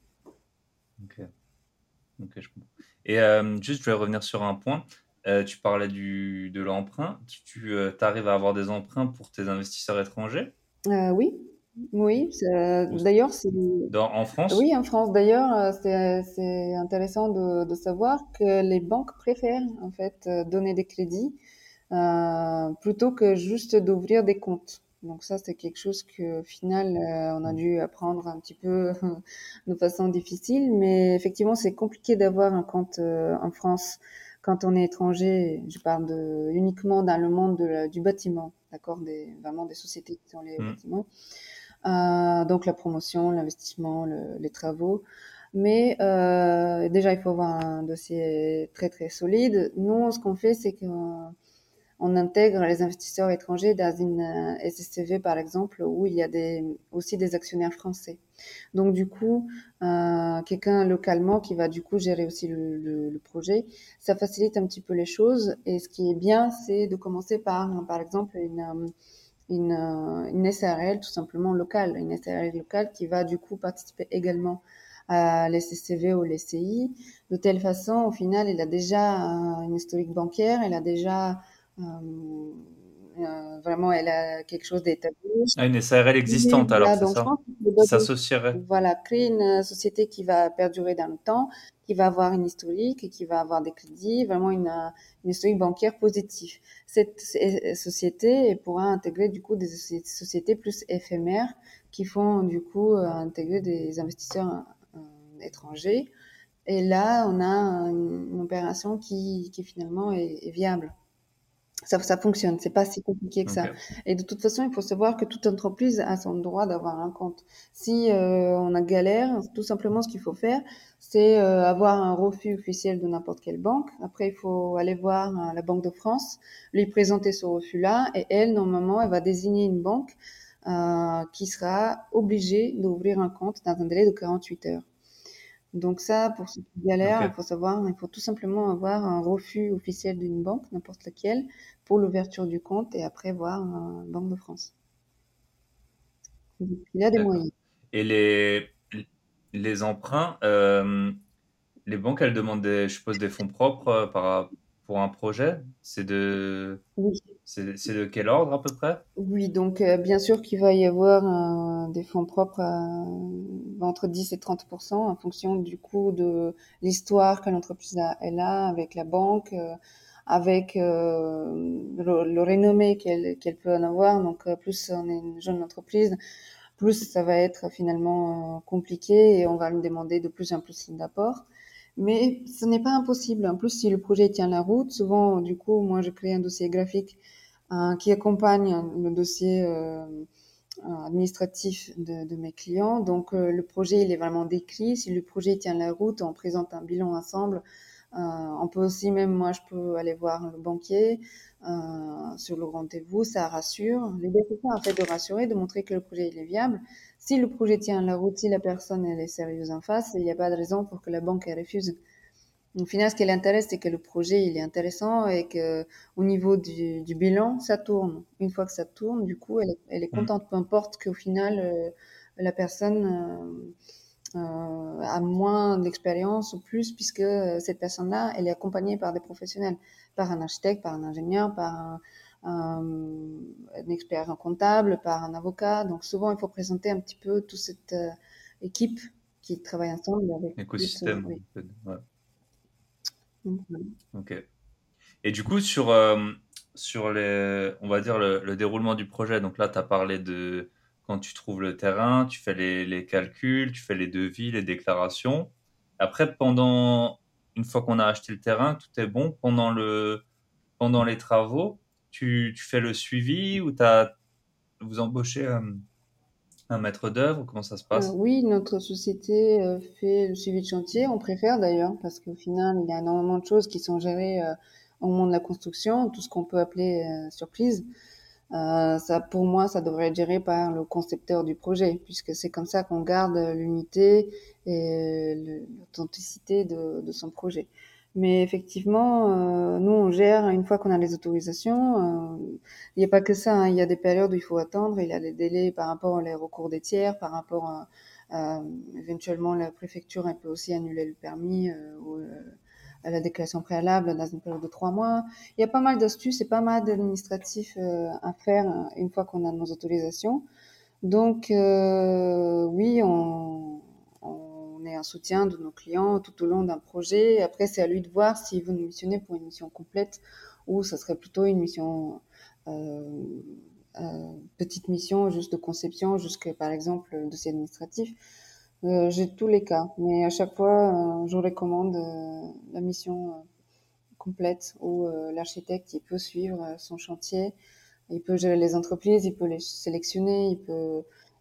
OK. OK, je comprends. Et hem, juste, je voulais revenir sur un point. Heu, tu parlais du de l'emprunt. Tu tu, heu, arrives à avoir des emprunts pour tes investisseurs étrangers? Euh, oui, oui. c'est- Ou s D'ailleurs, c'est dans en France? oui en France. D'ailleurs, euh, c'est c'est intéressant de, de savoir que les banques préfèrent en fait euh, donner des crédits euh, plutôt que juste d'ouvrir des comptes. Donc ça, c'est quelque chose que, au final, euh, on a Mmh. dû apprendre un petit peu de façon difficile, mais effectivement, c'est compliqué d'avoir un compte euh, en France quand on est étranger. Je parle de, uniquement dans le monde de la- du bâtiment, d'accord, des, vraiment des sociétés qui sont liées au Mmh. bâtiment. euh, donc la promotion, l'investissement, le- les travaux. Mais euh, déjà, il faut avoir un dossier très très solide. Nous, ce qu'on fait, c'est qu'on on intègre les investisseurs étrangers dans une euh, S S C V, par exemple, où il y a des, aussi des actionnaires français. Donc du coup, euh, quelqu'un localement qui va du coup gérer aussi le, le, le projet, ça facilite un petit peu les choses. Et ce qui est bien, c'est de commencer par, par exemple, une, euh, une, euh, une S A R L tout simplement locale, une S A R L locale qui va du coup participer également à les C C V ou les C I. De telle façon, au final, il a déjà euh, une historique bancaire, elle a déjà euh, euh, vraiment, elle a quelque chose d'établi. Ah, une S A R L Oui, existante alors, voilà, c'est donc je ça? pense qu'il faut Qui d'abord, s'associerait. voilà, créer une euh, société qui va perdurer dans le temps, qui va avoir une historique, qui va avoir des crédits, vraiment une, euh, une historique bancaire positive. Cette euh, société elle pourra intégrer du coup des soci- sociétés plus éphémères qui font du coup euh, intégrer des investisseurs euh, étrangers. Et là, on a une, une opération qui, qui finalement est, est viable. Ça, ça fonctionne, c'est pas si compliqué que ça. Ok. Et de toute façon, il faut savoir que toute entreprise a son droit d'avoir un compte. Si euh, on a galère, tout simplement ce qu'il faut faire, c'est euh, avoir un refus officiel de n'importe quelle banque. Après, il faut aller voir euh, la Banque de France, lui présenter ce refus-là, et elle, normalement, elle va désigner une banque euh, qui sera obligée d'ouvrir un compte dans un délai de quarante-huit heures. Donc ça, pour ceux qui galèrent, il Ok. faut savoir, il faut tout simplement avoir un refus officiel d'une banque, n'importe laquelle, pour l'ouverture du compte et après voir euh, Banque de France. Donc, il y a des D'accord. moyens. Et les, les emprunts, euh, les banques, elles demandent, des, je suppose, des fonds propres euh, par, pour un projet. C'est de, Oui, c'est, c'est de quel ordre à peu près? oui, donc euh, bien sûr qu'il va y avoir euh, des fonds propres à, entre dix et trente en fonction du coût de l'histoire que l'entreprise a, elle a avec la banque, euh, avec euh, le, le renommé qu'elle qu'elle peut en avoir. Donc euh, plus on est une jeune entreprise, plus ça va être finalement euh, compliqué et on va nous demander de plus en plus d'apports. Mais ce n'est pas impossible. En plus, si le projet tient la route, souvent, du coup, moi, je crée un dossier graphique euh, qui accompagne le dossier euh, administratif de, de mes clients. Donc, euh, le projet, il est vraiment décrit. Si le projet tient la route, on présente un bilan ensemble. Euh, on peut aussi, même moi, je peux aller voir le banquier euh, sur le rendez-vous. Ça rassure. L'idée, c'est ça, en fait, de rassurer, de montrer que le projet, il est viable. Si le projet tient la route, si la personne, elle est sérieuse en face, il n'y a pas de raison pour que la banque, elle refuse. Au final, ce qui l'intéresse, c'est que le projet, il est intéressant et que au niveau du, du bilan, ça tourne. Une fois que ça tourne, du coup, elle, est- elle est Hmm. contente, peu importe qu'au final, euh, la personne euh, euh, a moins d'expérience ou plus, puisque euh, cette personne-là, elle est accompagnée par des professionnels, par un architecte, par un ingénieur, par un, un, un expert en comptable, par un avocat. Donc souvent, il faut présenter un petit peu toute cette euh, équipe qui travaille ensemble avec le but, euh, Écosystème. oui. Ouais. Donc, voilà. Ok. Et du coup, sur, euh, sur les, on va dire le, le déroulement du projet, donc là, tu as parlé de quand tu trouves le terrain, tu fais les, les calculs, tu fais les devis, les déclarations. Après, pendant, une fois qu'on a acheté le terrain, tout est bon. Pendant le, pendant les travaux, tu, tu fais le suivi ou t'as, vous embauchez euh, un maître d'œuvre, comment ça se Euh, passe? oui, notre société euh, fait le suivi de chantier. On préfère d'ailleurs parce qu'au final, il y a énormément de choses qui sont gérées euh, au moment de la construction, tout ce qu'on peut appeler euh, surprise. Euh, ça, pour moi, ça devrait être géré par le concepteur du projet, puisque c'est comme ça qu'on garde l'unité et le- l'authenticité de, de son projet. Mais effectivement, euh, nous, on gère une fois qu'on a les autorisations. euh, Il n'y a pas que ça, hein, il y a des périodes où il faut attendre, il y a des délais par rapport aux recours des tiers, par rapport à, à- éventuellement la préfecture, elle peut aussi annuler le permis euh, ou euh, à la déclaration préalable dans une période de trois mois. Il y a pas mal d'astuces et pas mal d'administratifs euh, à faire euh, une fois qu'on a nos autorisations. Donc euh, oui, on, on est un soutien de nos clients tout au long d'un projet. Après, c'est à lui de voir s'il veut nous missionner pour une mission complète ou ça serait plutôt une mission euh, euh, petite mission juste de conception, jusque par exemple le dossier administratif. Euh, j'ai tous les cas, mais à chaque fois, euh, je recommande euh, la mission euh, complète où euh, l'architecte il peut suivre euh, son chantier, il peut gérer les entreprises, il peut les sélectionner, il peut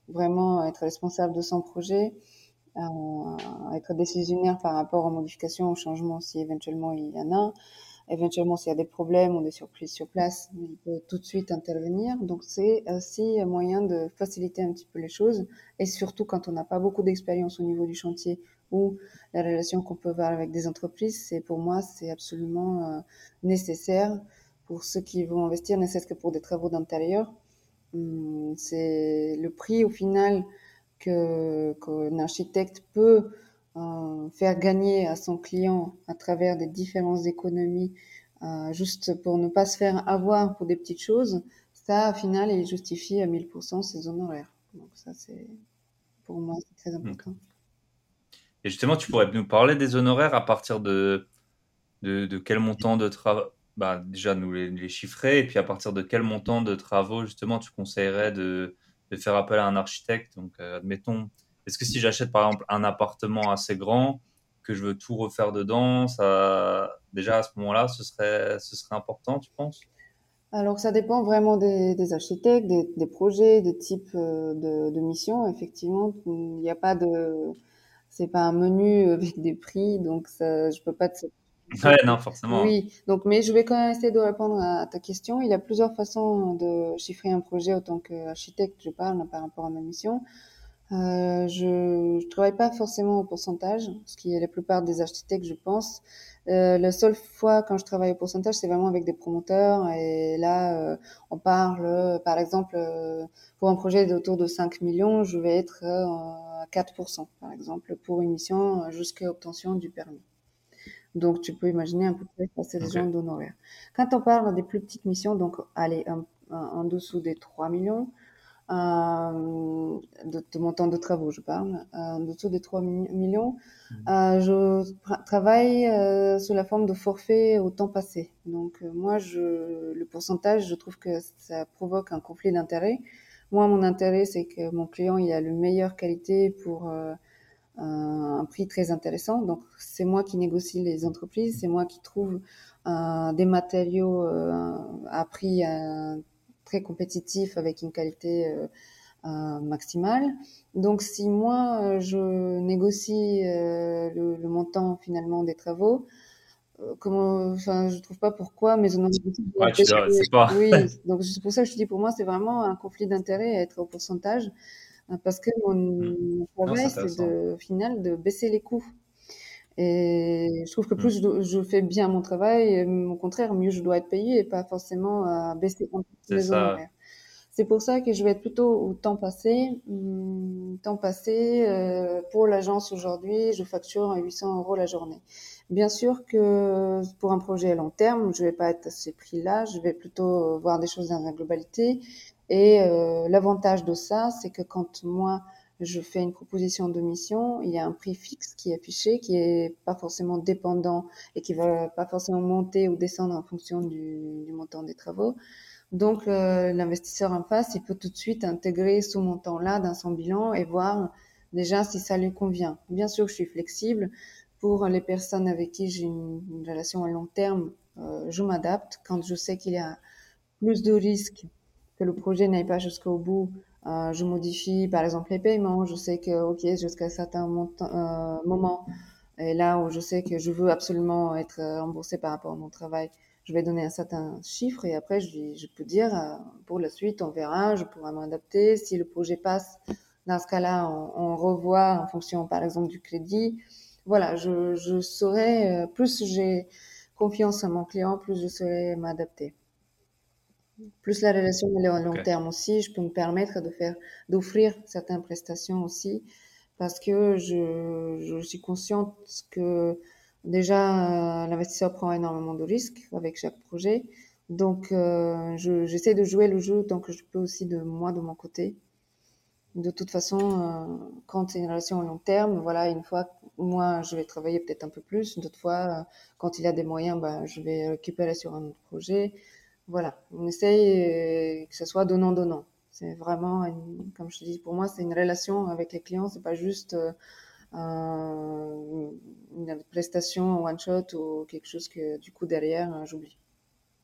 vraiment être responsable de son projet, euh, être décisionnaire par rapport aux modifications, aux changements si éventuellement il y en a. Éventuellement, s'il y a des problèmes ou des surprises sur place, il peut tout de suite intervenir. Donc, c'est aussi un moyen de faciliter un petit peu les choses. Et surtout, quand on n'a pas beaucoup d'expérience au niveau du chantier ou la relation qu'on peut avoir avec des entreprises, c'est pour moi, c'est absolument euh, nécessaire pour ceux qui vont investir, ne serait-ce que pour des travaux d'intérieur. Hum, C'est le prix au final que qu'un architecte peut euh, faire gagner à son client à travers des différentes économies, euh, juste pour ne pas se faire avoir pour des petites choses, ça, au final, il justifie à mille pour cent ses honoraires. Donc ça, c'est pour moi, c'est très D'accord. important. Et justement, tu pourrais nous parler des honoraires à partir de, de, de quel montant de travaux, bah, déjà nous les, les chiffrer, et puis à partir de quel montant de travaux, justement, tu conseillerais de, de faire appel à un architecte. Donc, euh, admettons, est-ce que si j'achète par exemple un appartement assez grand, que je veux tout refaire dedans, ça, déjà à ce moment-là, ce serait, ce serait important, tu penses? Alors, ça dépend vraiment des, des architectes, des, des projets, des types euh, de, de missions. Effectivement, il n'y a pas de, c'est pas un menu avec des prix, donc ça, je peux pas te. Ouais, non, forcément. Oui, donc, mais je vais quand même essayer de répondre à ta question. Il y a plusieurs façons de chiffrer un projet en tant qu'architecte, je parle par rapport à ma mission. Euh, je, je travaille pas forcément au pourcentage, ce qui est la plupart des architectes, je pense. Euh, la seule fois quand je travaille au pourcentage, c'est vraiment avec des promoteurs. Et là, euh, on parle, euh, par exemple, euh, pour un projet d'autour de cinq millions, je vais être euh, à quatre pour cent, par exemple, pour une mission euh, jusqu'à obtention du permis. Donc, tu peux imaginer un peu près ça, c'est des Ok. gens d'honoraires. Quand on parle des plus petites missions, donc, allez, un- un- en dessous des trois millions, euh, de, de montant de travaux, je parle, euh, en dessous des trois mi- millions, euh, je tra- travaille euh, sous la forme de forfait au temps passé. Donc, euh, moi, je, le pourcentage, je trouve que ça provoque un conflit d'intérêt. Moi, mon intérêt, c'est que mon client, il a la meilleure qualité pour euh, un prix très intéressant. Donc, c'est moi qui négocie les entreprises, c'est moi qui trouve euh, des matériaux euh, à prix euh, très compétitif avec une qualité euh, euh, maximale. Donc, si moi, euh, je négocie euh, le, le montant finalement des travaux, euh, comment, enfin, je trouve pas pourquoi mes honoraires Ouais, doivent tu dois, baisser. c'est pas. Oui, donc c'est pour ça que je te dis, pour moi, c'est vraiment un conflit d'intérêt à être au pourcentage. Euh, Parce que Hmm. mon Non, c'est travail, c'est intéressant. de, au final, de baisser les coûts. Et je trouve que Hmm. plus je, je fais bien mon travail, euh, au contraire, mieux je dois être payée et pas forcément à baisser un peu C'est mes ça. honoraires. C'est pour ça que je vais être plutôt au temps passé. Hum, temps passé, euh, pour l'agence aujourd'hui, je facture huit cents euros la journée. Bien sûr que pour un projet à long terme, je vais pas être à ces prix-là, je vais plutôt voir des choses dans la globalité. Et euh, l'avantage de ça, c'est que quand moi, je fais une proposition de mission, il y a un prix fixe qui est affiché, qui est pas forcément dépendant et qui va pas forcément monter ou descendre en fonction du, du montant des travaux. Donc, euh, l'investisseur en face, il peut tout de suite intégrer ce montant-là dans son bilan et voir déjà si ça lui convient. Bien sûr, je suis flexible. Pour les personnes avec qui j'ai une, une relation à long terme, euh, je m'adapte. Quand je sais qu'il y a plus de risques que le projet n'aille pas jusqu'au bout, euh, je modifie par exemple les paiements. Je sais que, OK, jusqu'à un certain montant, euh, moment, et là où je sais que je veux absolument être euh, remboursée par rapport à mon travail, je vais donner un certain chiffre et après je, je peux dire euh, pour la suite on verra, je pourrai m'adapter. Si le projet passe, dans ce cas-là, on, on revoit en fonction par exemple du crédit. Voilà, je, je saurai, euh, plus j'ai confiance en mon client, plus je saurai m'adapter. Plus la relation elle est à long Ok. terme aussi, je peux me permettre de faire, d'offrir certaines prestations aussi, parce que je, je suis consciente que déjà euh, l'investisseur prend énormément de risques avec chaque projet, donc euh, je, j'essaie de jouer le jeu tant que je peux aussi de moi de mon côté. De toute façon, euh, quand c'est une relation à long terme, voilà, une fois, moi, je vais travailler peut-être un peu plus. D'autres fois, euh, quand il a des moyens, bah, je vais récupérer sur un autre projet. Voilà, on essaye euh, que ce soit donnant-donnant. C'est vraiment, une- comme je te dis, pour moi, c'est une relation avec les clients. C'est pas juste euh, un- une prestation one shot ou quelque chose que du coup derrière, euh, j'oublie.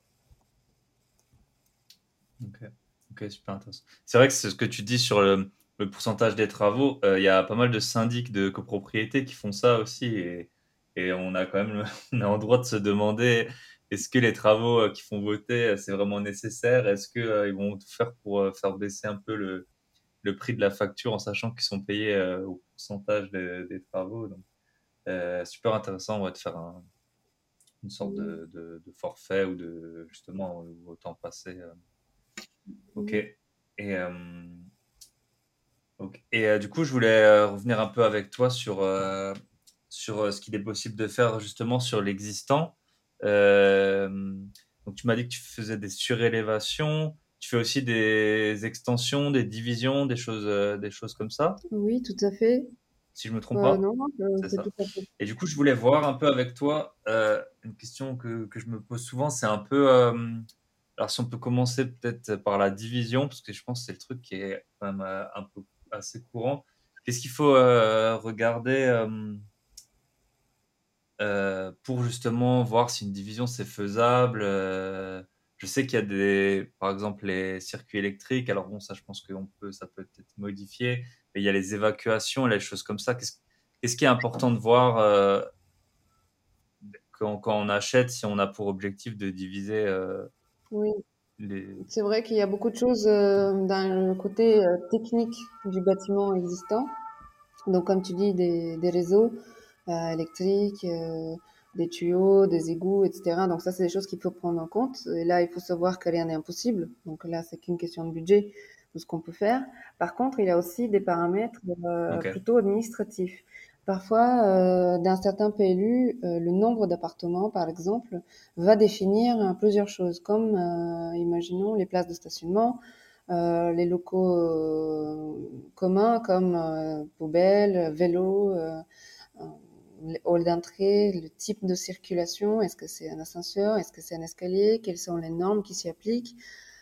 Ok. Ok, super intéressant. C'est vrai que c'est ce que tu dis sur le, le pourcentage des travaux, euh, il y a pas mal de syndics de copropriété qui font ça aussi. Et, et on a quand même on est en droit de se demander est-ce que les travaux euh, qui font voter, euh, c'est vraiment nécessaire? Est-ce qu'ils euh, ils vont tout faire pour euh, faire baisser un peu le, le prix de la facture en sachant qu'ils sont payés euh, au pourcentage des, des travaux? Donc, euh, super intéressant ouais, de faire un- une sorte Mhm. de, de- de forfait ou de justement au temps passé. euh. Ok. Mhm. Et, euh, ok. Et euh, du coup, je voulais euh, revenir un peu avec toi sur, euh, sur euh, ce qu'il est possible de faire justement sur l'existant. Euh, donc, tu m'as dit que tu faisais des surélévations. Tu fais aussi des extensions, des divisions, des choses, euh, des choses comme ça, Oui, tout à fait. si je me trompe Euh, pas. non, non, euh, C'est c'est ça. tout à fait. Et du coup, je voulais voir un peu avec toi euh, une question que, que je me pose souvent, c'est un peu, euh, alors si on peut commencer peut-être par la division, parce que je pense que c'est le truc qui est quand même euh, un peu assez courant. Qu'est-ce qu'il faut euh, regarder euh, euh, pour justement voir si une division c'est faisable? euh, Je sais qu'il y a des, par exemple, les circuits électriques. Alors bon, ça, je pense que on peut, ça peut être modifié. Mais il y a les évacuations, les choses comme ça. Qu'est-ce, qu'est-ce qui est important de voir euh, quand, quand on achète, si on a pour objectif de diviser euh, Oui, les... c'est vrai qu'il y a beaucoup de choses euh, dans le côté euh, technique du bâtiment existant. Donc, comme tu dis, des, des réseaux euh, électriques, euh, des tuyaux, des égouts, et cetera. Donc, ça, c'est des choses qu'il faut prendre en compte. Et là, il faut savoir que rien n'est impossible. Donc, là, c'est qu'une question de budget, de ce qu'on peut faire. Par contre, il y a aussi des paramètres euh, Ok, plutôt administratifs. Parfois, euh, dans certains P L U, euh, le nombre d'appartements, par exemple, va définir euh, plusieurs choses, comme, euh, imaginons, les places de stationnement, euh, les locaux euh, communs comme euh, poubelles, vélos, euh, euh, les halls d'entrée, le type de circulation, est-ce que c'est un ascenseur, est-ce que c'est un escalier, quelles sont les normes qui s'y appliquent.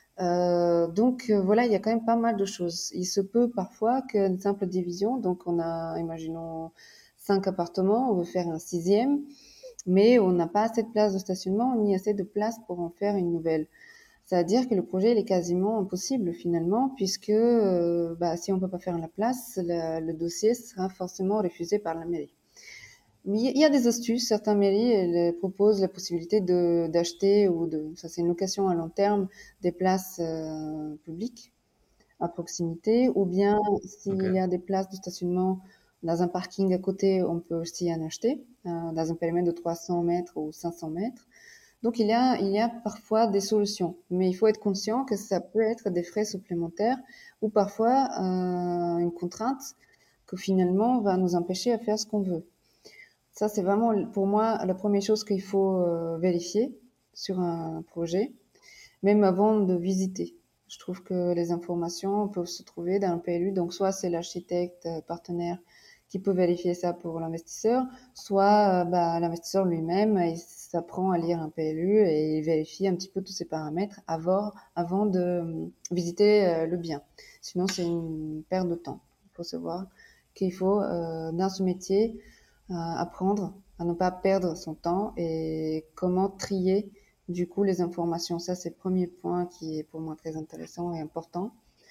Euh, donc euh, voilà, il y a quand même pas mal de choses. Il se peut parfois qu'une simple division, donc on a, imaginons, cinq appartements, on veut faire un sixième, mais on n'a pas assez de place de stationnement ni assez de place pour en faire une nouvelle. C'est-à-dire que le projet il est quasiment impossible finalement, puisque euh, bah, si on ne peut pas faire la place, la- le dossier sera forcément refusé par la mairie. Mais il y a des astuces, certaines mairies elles proposent la possibilité de d'acheter ou de, ça c'est une location à long terme, des places euh, publiques à proximité, ou bien ok, s'il y a des places de stationnement dans un parking à côté, on peut aussi en acheter euh, dans un périmètre de trois cents mètres ou cinq cents mètres. Donc il y a, il y a parfois des solutions, mais il faut être conscient que ça peut être des frais supplémentaires ou parfois euh, une contrainte que finalement va nous empêcher à faire ce qu'on veut. Ça, c'est vraiment pour moi la première chose qu'il faut euh, vérifier sur un projet, même avant de visiter. Je trouve que les informations peuvent se trouver dans le P L U, donc soit c'est l'architecte euh, partenaire qui peut vérifier ça pour l'investisseur, soit euh, bah, l'investisseur lui-même, il s'apprend à lire un P L U et il vérifie un petit peu tous ces paramètres avant, avant de euh, visiter euh, le bien. Sinon, c'est une perte de temps. Il faut savoir qu'il faut, euh, dans ce métier, euh, apprendre à ne pas perdre son temps et comment trier du coup les informations. Ça, c'est le premier point qui est pour moi très intéressant et important.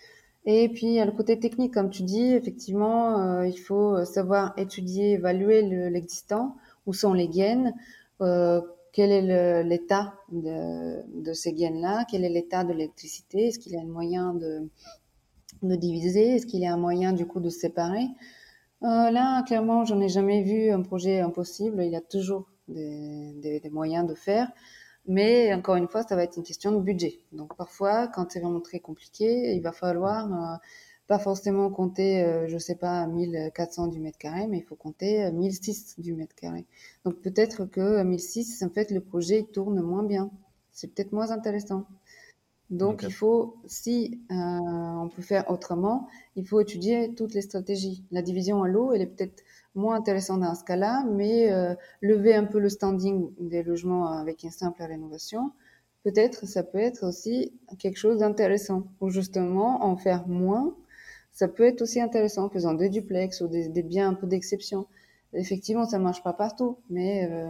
Et puis, il y a le côté technique, comme tu dis, effectivement, euh, il faut savoir étudier, évaluer le- l'existant, où sont les gaines, euh, quel est le- l'état de, de ces gaines-là, quel est l'état de l'électricité, est-ce qu'il y a un moyen de, de diviser, est-ce qu'il y a un moyen du coup de séparer. Euh, là, clairement, j'en ai jamais vu un projet impossible, il y a toujours des, des, des moyens de faire. Mais encore une fois, ça va être une question de budget. Donc parfois, quand c'est vraiment très compliqué, il va falloir euh, pas forcément compter, euh, je sais pas, mille quatre cents du mètre carré, mais il faut compter euh, mille six du mètre carré. Donc peut-être que mille six, en fait, le projet tourne moins bien. C'est peut-être moins intéressant. Donc, ok, il faut, si euh, on peut faire autrement, il faut étudier toutes les stratégies. La division à l'eau, elle est peut-être moins intéressante dans ce cas-là, mais euh, lever un peu le standing des logements avec une simple rénovation, peut-être ça peut être aussi quelque chose d'intéressant. Ou justement, en faire moins, ça peut être aussi intéressant, faisant des duplex ou des, des biens un peu d'exception. Effectivement, ça ne marche pas partout, mais euh,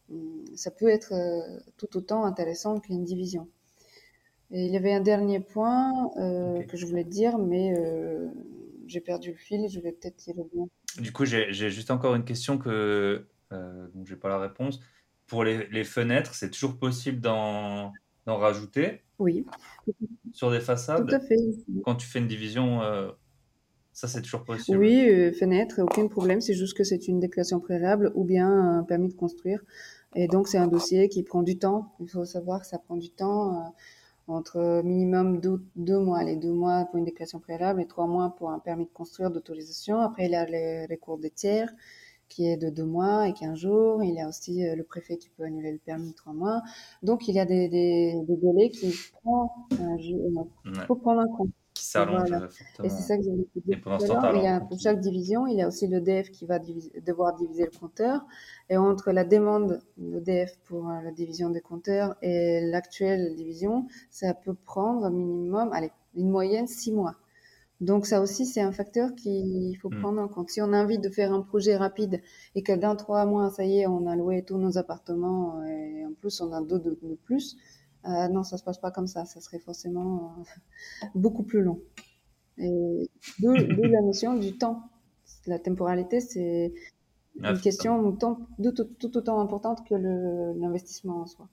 ça peut être euh, tout autant intéressant qu'une division. Et il y avait un dernier point euh, ok. que je voulais te dire, mais euh, j'ai perdu le fil, je vais peut-être y revenir. Du coup, j'ai j'ai juste encore une question que, euh, dont j'ai pas la réponse. Pour les, les fenêtres, c'est toujours possible d'en d'en rajouter Oui, sur des tout à façades? fait. Quand tu fais une division, euh, ça, c'est toujours possible. Oui, euh, fenêtre, aucun problème, c'est juste que c'est une déclaration préalable ou bien un permis de construire. Et donc, c'est un dossier qui prend du temps. Il faut savoir que ça prend du temps, euh, entre minimum deux, deux mois, les deux mois pour une déclaration préalable et trois mois pour un permis de construire d'autorisation. Après, il y a les recours des tiers qui est de deux mois et quinze jours. Il y a aussi euh, le préfet qui peut annuler le permis de trois mois. Donc, il y a des, des, des délais qui prend, euh, je- euh, Ouais. faut prendre en compte. Qui Et s'allonge voilà. euh, Et c'est fortement. ça que je voulais te Et dire pendant tout ce à temps, l'heure. t'as Il y a, l'enfant pour qui. chaque division, il y a aussi le D F qui va diviser- devoir diviser le compteur. Et entre la demande de D F pour euh, la division des compteurs et l'actuelle division, ça peut prendre minimum, allez, une moyenne six mois. Donc ça aussi, c'est un facteur qu'il faut Hmm. prendre en compte. Si on a envie de faire un projet rapide et que dans trois mois, ça y est, on a loué tous nos appartements et en plus on a deux de, de plus, euh, non, ça se passe pas comme ça. Ça serait forcément euh, beaucoup plus long. Et d'où d'où la notion du temps. La temporalité, c'est Ouais, une forcément. question autant, tout, tout, tout autant importante que le- l'investissement en soi.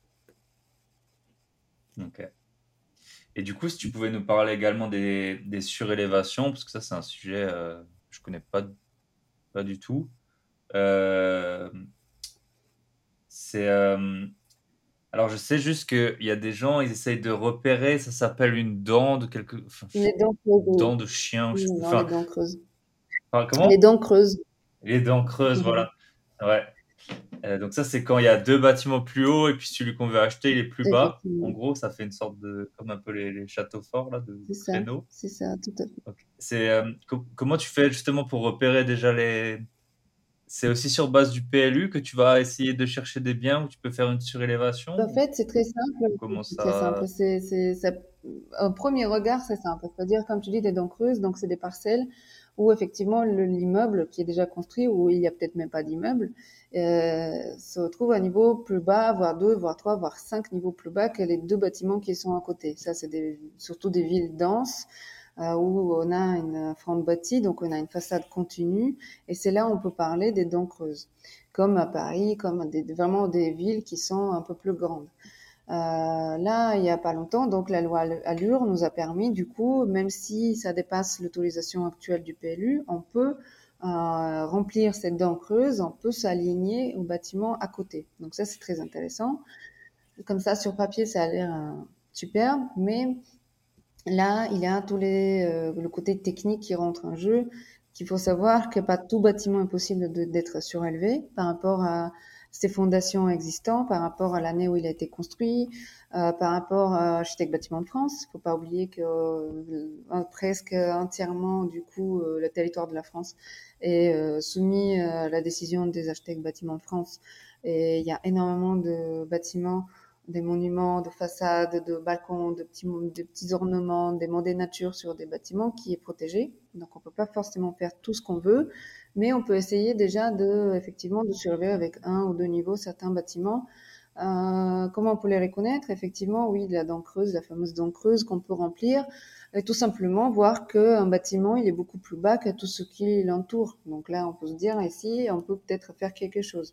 Ok. Et du coup, si tu pouvais nous parler également des, des surélévations, parce que ça, c'est un sujet euh, que je connais pas, pas du tout. Euh, c'est, euh, alors, je sais juste qu'il y a des gens, ils essayent de repérer, ça s'appelle une dent de quelque, enfin, Les dents creuses, dent de chien, je sais plus. non, les Enfin, dents creuses. enfin, Les comment? dents creuses. Les dents creuses, voilà. Ouais. Euh, donc ça, c'est quand il y a deux bâtiments plus hauts et puis celui qu'on veut acheter, il est plus bas. En Effectivement. gros, ça fait une sorte de, comme un peu les, les châteaux forts là, de, C'est de ça, créneaux. c'est ça, tout à fait. Ok. C'est euh, co- comment tu fais justement pour repérer déjà les. C'est aussi sur base du P L U que tu vas essayer de chercher des biens où tu peux faire une surélévation En ou fait, c'est très simple. comment C'est très simple. ça. C'est, c'est, ça, au premier regard, c'est simple. C'est-à-dire, comme tu dis, des dents creuses, donc c'est des parcelles où effectivement le- l'immeuble qui est déjà construit, où il y a peut-être même pas d'immeuble, euh, se retrouve à un niveau plus bas, voire deux, voire trois, voire cinq niveaux plus bas que les deux bâtiments qui sont à côté. Ça, c'est des, surtout des villes denses euh, où on a une fronde bâtie, donc on a une façade continue, et c'est là où on peut parler des dents creuses, comme à Paris, comme des, vraiment des villes qui sont un peu plus grandes. Euh, là, il y a pas longtemps, donc la loi Allure nous a permis, du coup, même si ça dépasse l'autorisation actuelle du P L U, on peut euh, remplir cette dent creuse, on peut s'aligner au bâtiment à côté. Donc ça, c'est très intéressant. Comme ça, sur papier, ça a l'air euh, superbe, mais là, il y a tous les, euh, le côté technique qui rentre en jeu, qu'il faut savoir que pas tout bâtiment est possible de- d'être surélevé par rapport à ses fondations existantes, par rapport à l'année où il a été construit, euh, par rapport à Architecte Bâtiment de France. Il faut pas oublier que euh, presque entièrement, du coup, euh, le territoire de la France est euh, soumis euh, à la décision des Architectes Bâtiment de France. Et il y a énormément de bâtiments, des monuments, de façades, de balcons, de petits, de petits ornements, des monts des natures sur des bâtiments qui est protégé. Donc on peut pas forcément faire tout ce qu'on veut, mais on peut essayer déjà de, effectivement, de surveiller avec un ou deux niveaux certains bâtiments. Euh, comment on peut les reconnaître? Effectivement, oui, la dent creuse, la fameuse dent creuse qu'on peut remplir, et tout simplement voir qu'un bâtiment, il est beaucoup plus bas que tout ce qui l'entoure. Donc là, on peut se dire, ici, on peut peut-être faire quelque chose.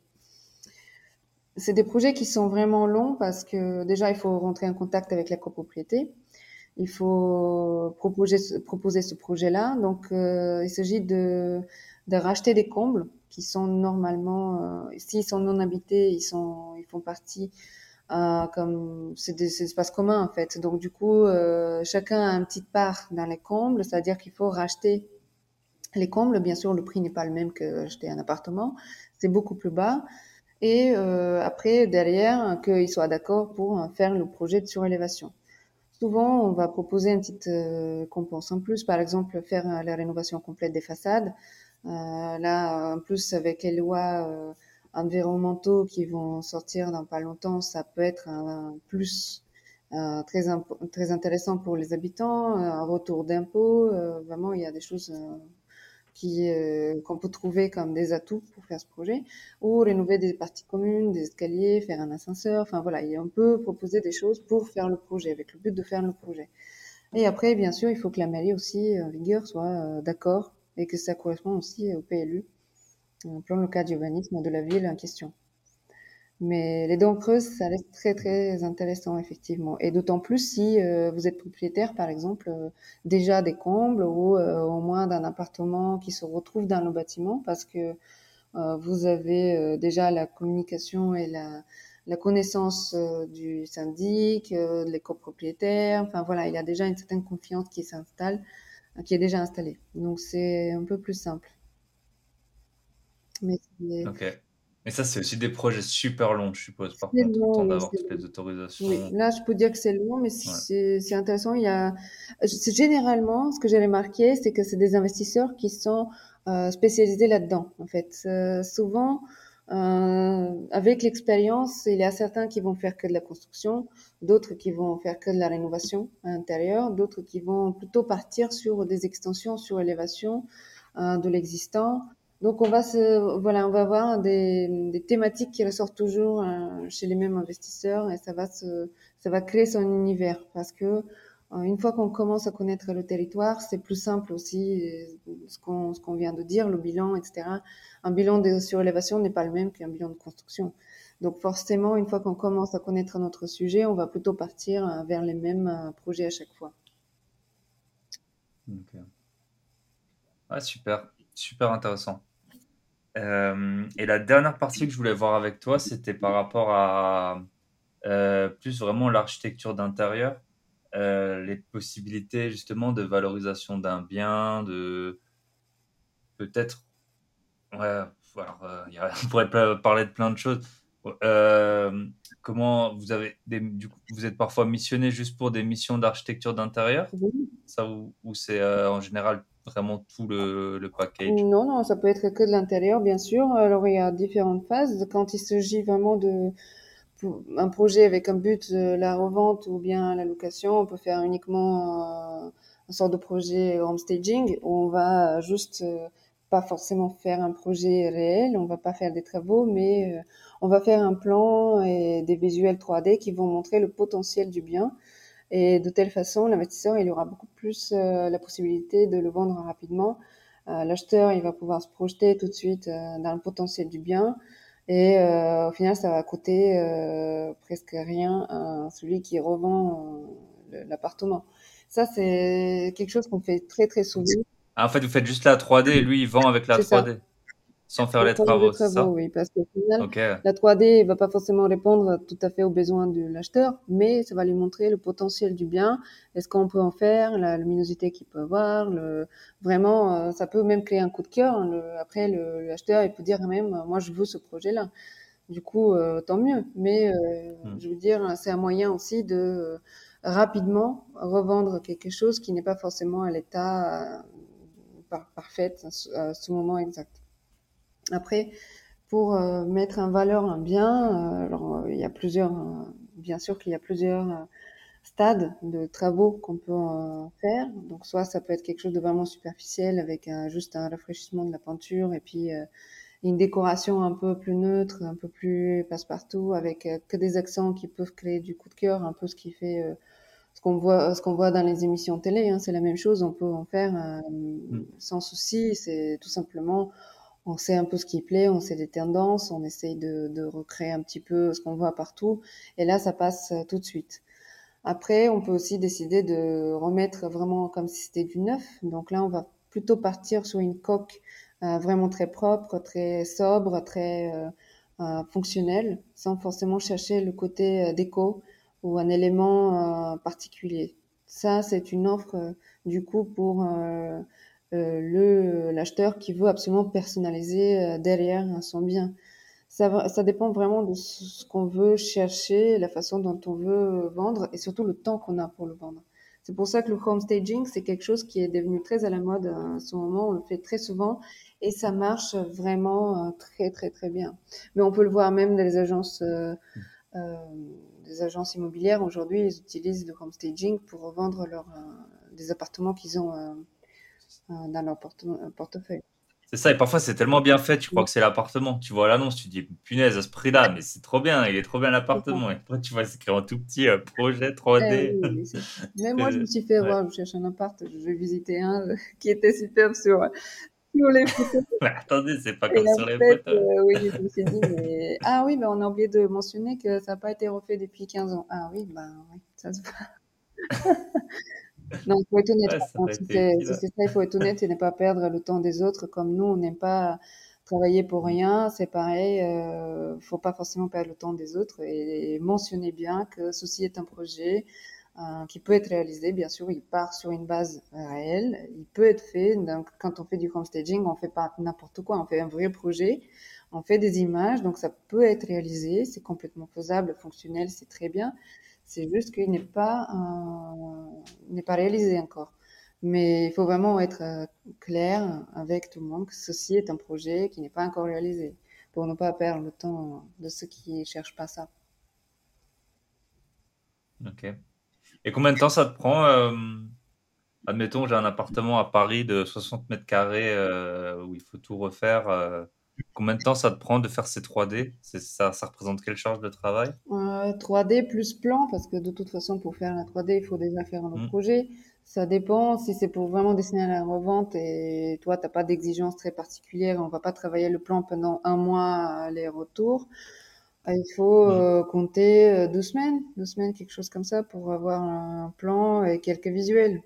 C'est des projets qui sont vraiment longs parce que déjà, il faut rentrer en contact avec la copropriété. Il faut proposer, ce- proposer ce projet-là. Donc, euh, il s'agit de, de racheter des combles qui sont normalement, euh, s'ils sont non habités, ils sont, ils font partie, euh, comme, c'est des, c'est des espaces communs, en fait. Donc, du coup, euh, chacun a une petite part dans les combles, c'est-à-dire qu'il faut racheter les combles. Bien sûr, le prix n'est pas le même que acheter un appartement. C'est beaucoup plus bas. Et euh, après, derrière, qu'ils soient d'accord pour euh, faire le projet de surélévation. Souvent, on va proposer une petite euh, compense en plus, par exemple, faire euh, la rénovation complète des façades. Euh, là, en plus, avec les lois euh, environnementaux qui vont sortir dans pas longtemps, ça peut être un plus euh, très, imp- très intéressant pour les habitants, un retour d'impôts. Euh, vraiment, il y a des choses euh, qui, euh, qu'on peut trouver comme des atouts pour faire ce projet, ou rénover des parties communes, des escaliers, faire un ascenseur, enfin voilà, et on peut proposer des choses pour faire le projet, avec le but de faire le projet. Et après, bien sûr, il faut que la mairie aussi, en vigueur, soit euh, d'accord et que ça correspond aussi au P L U, un plan local d'urbanisme de la ville en question. Mais les dents creuses, ça reste très très intéressant effectivement. Et d'autant plus si euh, vous êtes propriétaire, par exemple, euh, déjà des combles ou euh, au moins d'un appartement qui se retrouve dans le bâtiment, parce que euh, vous avez euh, déjà la communication et la, la connaissance euh, du syndic, euh, les copropriétaires. Enfin voilà, il y a déjà une certaine confiance qui s'installe, euh, qui est déjà installée. Donc c'est un peu plus simple. Mais c'est Ok. Et ça, c'est aussi des projets super longs, je suppose, par c'est contre, le long, temps oui, d'avoir c'est toutes long. les Oui, autorisations. là, je peux dire que c'est long, mais Ouais. c'est c'est intéressant. Il y a, c'est généralement, ce que j'ai remarqué, c'est que c'est des investisseurs qui sont euh, spécialisés là-dedans. En fait, Euh, souvent, euh, avec l'expérience, il y a certains qui vont faire que de la construction, d'autres qui vont faire que de la rénovation à l'intérieur, d'autres qui vont plutôt partir sur des extensions, sur élévation euh, de l'existant. Donc on va se, voilà, on va avoir des, des thématiques qui ressortent toujours euh, chez les mêmes investisseurs et ça va se, ça va créer son univers parce que euh, une fois qu'on commence à connaître le territoire, c'est plus simple aussi euh, ce qu'on ce qu'on vient de dire, le bilan, et cetera. Un bilan de surélévation n'est pas le même qu'un bilan de construction. Donc forcément, une fois qu'on commence à connaître notre sujet, on va plutôt partir euh, vers les mêmes euh, projets à chaque fois. Ok. Ah, super, super intéressant. Euh, et la dernière partie que je voulais voir avec toi, c'était par rapport à euh, plus vraiment l'architecture d'intérieur, euh, les possibilités justement de valorisation d'un bien, de peut-être, ouais, alors, euh, y a- on pourrait pa- parler de plein de choses. Euh, comment vous avez des, du coup, vous êtes parfois missionné juste pour des missions d'architecture d'intérieur, Oui. ça ou, ou c'est euh, en général vraiment tout le, le package? Non, non, ça peut être que de l'intérieur, bien sûr. Alors, il y a différentes phases. Quand il s'agit vraiment de pour un projet avec un but, euh, la revente ou bien la location, on peut faire uniquement euh, un sorte de projet home staging où on va juste euh, pas forcément faire un projet réel, on va pas faire des travaux, mais euh, on va faire un plan et des visuels trois D qui vont montrer le potentiel du bien. Et de telle façon, l'investisseur, il aura beaucoup plus euh, la possibilité de le vendre rapidement. Euh, l'acheteur, il va pouvoir se projeter tout de suite euh, dans le potentiel du bien. Et euh, au final, ça va coûter euh, presque rien à celui qui revend euh, l'appartement. Ça, c'est quelque chose qu'on fait très, très souvent. Ah, en fait, vous faites juste la trois D et lui, il vend avec la C'est ça. trois D, sans faire Sans les faire de travaux, c'est travaux, ça? oui, parce qu'au final, Ok. la trois D va pas forcément répondre tout à fait aux besoins de l'acheteur, mais ça va lui montrer le potentiel du bien, est-ce qu'on peut en faire, la luminosité qu'il peut avoir, le, vraiment, euh, ça peut même créer un coup de cœur. Hein, le- après, le- l'acheteur, il peut dire même, euh, moi, je veux ce projet-là. Du coup, euh, tant mieux. Mais euh, Hmm. je veux dire, c'est un moyen aussi de euh, rapidement revendre quelque chose qui n'est pas forcément à l'état euh, par- parfait à ce à ce moment exact. Après, pour euh, mettre en valeur un bien, euh, alors euh, il y a plusieurs, euh, bien sûr qu'il y a plusieurs euh, stades de travaux qu'on peut euh, faire. Donc soit ça peut être quelque chose de vraiment superficiel avec un, juste un rafraîchissement de la peinture et puis euh, une décoration un peu plus neutre, un peu plus passe-partout avec euh, que des accents qui peuvent créer du coup de cœur, un peu ce qui fait euh, ce qu'on voit, ce qu'on voit dans les émissions télé. Hein, c'est la même chose, on peut en faire euh, Hmm. sans souci. C'est tout simplement on sait un peu ce qui plaît, on sait les tendances, on essaye de, de recréer un petit peu ce qu'on voit partout, et là, ça passe euh, tout de suite. Après, on peut aussi décider de remettre vraiment comme si c'était du neuf. Donc là, on va plutôt partir sur une coque euh, vraiment très propre, très sobre, très euh, euh, fonctionnelle, sans forcément chercher le côté euh, déco ou un élément euh, particulier. Ça, c'est une offre euh, du coup pour euh, euh, le l'acheteur qui veut absolument personnaliser euh, derrière son bien. Ça, va- ça dépend vraiment de ce qu'on veut chercher, la façon dont on veut vendre et surtout le temps qu'on a pour le vendre. C'est pour ça que le home staging, c'est quelque chose qui est devenu très à la mode à ce moment. On le fait très souvent et ça marche vraiment euh, très, très, très bien. Mais on peut le voir même dans les agences, euh, euh, des agences immobilières. Aujourd'hui, ils utilisent le home staging pour revendre leurs, euh, des appartements qu'ils ont euh, euh, dans leur porte- portefeuille. C'est ça, et parfois c'est tellement bien fait, tu crois que c'est l'appartement. Tu vois l'annonce, tu dis punaise, à ce prix-là, mais c'est trop bien, il est trop bien C'est ça. l'appartement. Et après, tu vois, c'est écrit en tout petit euh, projet Eh trois D. oui, oui, c'est ça. Mais moi, je me Très- suis fait ouais. avoir, je cherche un appart, je vais visiter un euh, qui était super sur, sur les photos. Mais attendez, c'est pas Et comme en sur les fait, photos. heu, oui, je me suis dit: «Mais ah oui, mais on a oublié de mentionner que ça a pas été refait depuis quinze ans». Ah oui, ben, oui, ça se voit. Non, il faut être honnête Ouais, par ça contre, aurait si été c'est utile. si Ouais. c'est ça, il faut être honnête et ne pas perdre le temps des autres comme nous, on n'aime pas travailler pour Mm. rien, c'est pareil, heu, faut pas forcément perdre le temps des autres et mentionner bien que ceci est un projet, heu, qui peut être réalisé. Bien sûr, il part sur une base réelle, il peut être fait. Donc quand on fait du home staging, on fait pas n'importe quoi, on fait un vrai projet, on fait des images, donc ça peut être réalisé, c'est complètement faisable, fonctionnel, c'est très bien. C'est juste qu'il n'est pas, euh, n'est pas réalisé encore. Mais il faut vraiment être euh, clair avec tout le monde que ceci est un projet qui n'est pas encore réalisé pour ne pas perdre le temps de ceux qui cherchent pas ça. Ok. Et combien de temps ça te prend euh, admettons, j'ai un appartement à Paris de soixante mètres carrés euh, où il faut tout refaire. euh, combien de temps ça te prend de faire ces trois D? C'est ça, ça représente quelle charge de travail? Euh, trois D plus plan, parce que de toute façon, pour faire la trois D, il faut déjà faire un autre Hmm. projet. Ça dépend si c'est pour vraiment dessiner à la revente et toi, t'as pas d'exigence très particulière, on va pas travailler le plan pendant un mois aller-retour. Euh, Il faut Hmm. euh, compter euh, deux semaines, deux semaines, quelque chose comme ça, pour avoir un plan et quelques visuels.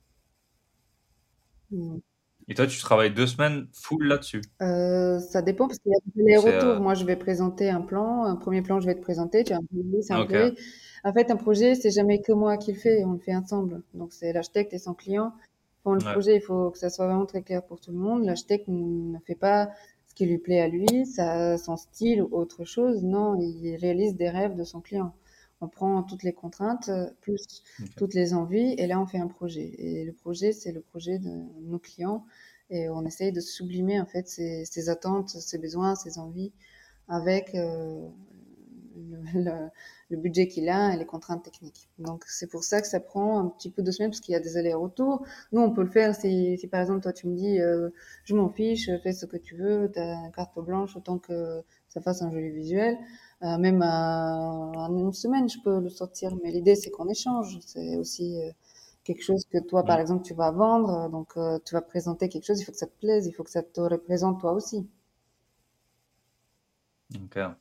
Mm. Et toi, tu travailles deux semaines full là-dessus? Euh, ça dépend parce qu'il y a des Ou c'est... allers-retours. euh, Moi, je vais présenter un plan, un premier plan, je vais te présenter. Tu as un projet, c'est un Ok, projet. En fait, un projet, c'est jamais que moi qui le fais, on le fait ensemble. Donc, c'est l'architecte et son client font le ouais, projet. Il faut que ça soit vraiment très clair pour tout le monde. L'architecte ne fait pas ce qui lui plaît à lui, ça, son style ou autre chose. Non, il réalise des rêves de son client. On prend toutes les contraintes, euh, plus ok. toutes les envies, et là, on fait un projet. Et le projet, c'est le projet de nos clients et on essaye de sublimer en fait ses, ses attentes, ses besoins, ses envies avec euh, le, le, le budget qu'il a et les contraintes techniques. Donc c'est pour ça que ça prend un petit peu de semaines parce qu'il y a des allers-retours. Nous on peut le faire si, si par exemple toi tu me dis euh, je m'en fiche, fais ce que tu veux, t'as une carte blanche autant que ça fasse un joli visuel. Euh, même à- en une semaine je peux le sortir, mais l'idée c'est qu'on échange. C'est aussi euh, quelque chose que toi, par Hmm. exemple, tu vas vendre, donc euh, tu vas présenter quelque chose, il faut que ça te plaise, il faut que ça te représente toi aussi. Ok.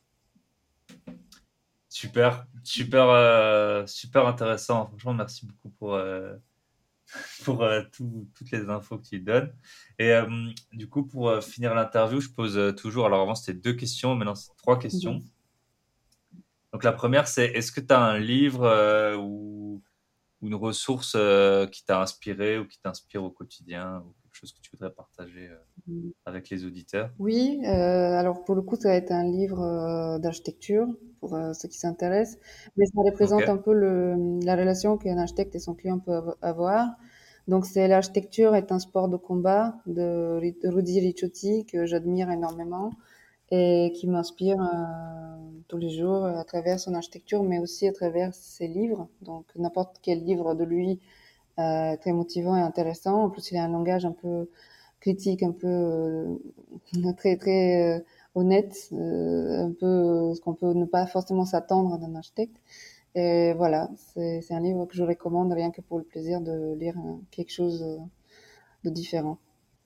Super, super, euh, super intéressant. Franchement, merci beaucoup pour, euh, pour euh, tout- toutes les infos que tu donnes. Et euh, du coup, pour euh, finir l'interview, je pose euh, toujours, alors avant c'était deux questions, maintenant c'est trois questions. Mhm. Donc la première, c'est est-ce que tu as un livre euh, ou, ou une ressource euh, qui t'a inspiré ou qui t'inspire au quotidien ou quelque chose que tu voudrais partager euh, avec les auditeurs? Oui, euh, alors pour le coup, ça va être un livre euh, d'architecture pour euh, ceux qui s'intéressent, mais ça Ok, représente un peu le, la relation qu'un architecte et son client peuvent avoir. Donc c'est L'architecture est un sport de combat de Ri- de Rudy Ricciotti que j'admire énormément et qui m'inspire euh, tous les jours à travers son architecture, mais aussi à travers ses livres. Donc n'importe quel livre de lui euh, très motivant et intéressant. En plus, il a un langage un peu critique, un peu euh, très très euh, honnête, euh, un peu euh, ce qu'on peut ne pas forcément s'attendre d'un architecte. Et voilà, c'est c'est un livre que je recommande rien que pour le plaisir de lire euh, quelque chose euh, de différent.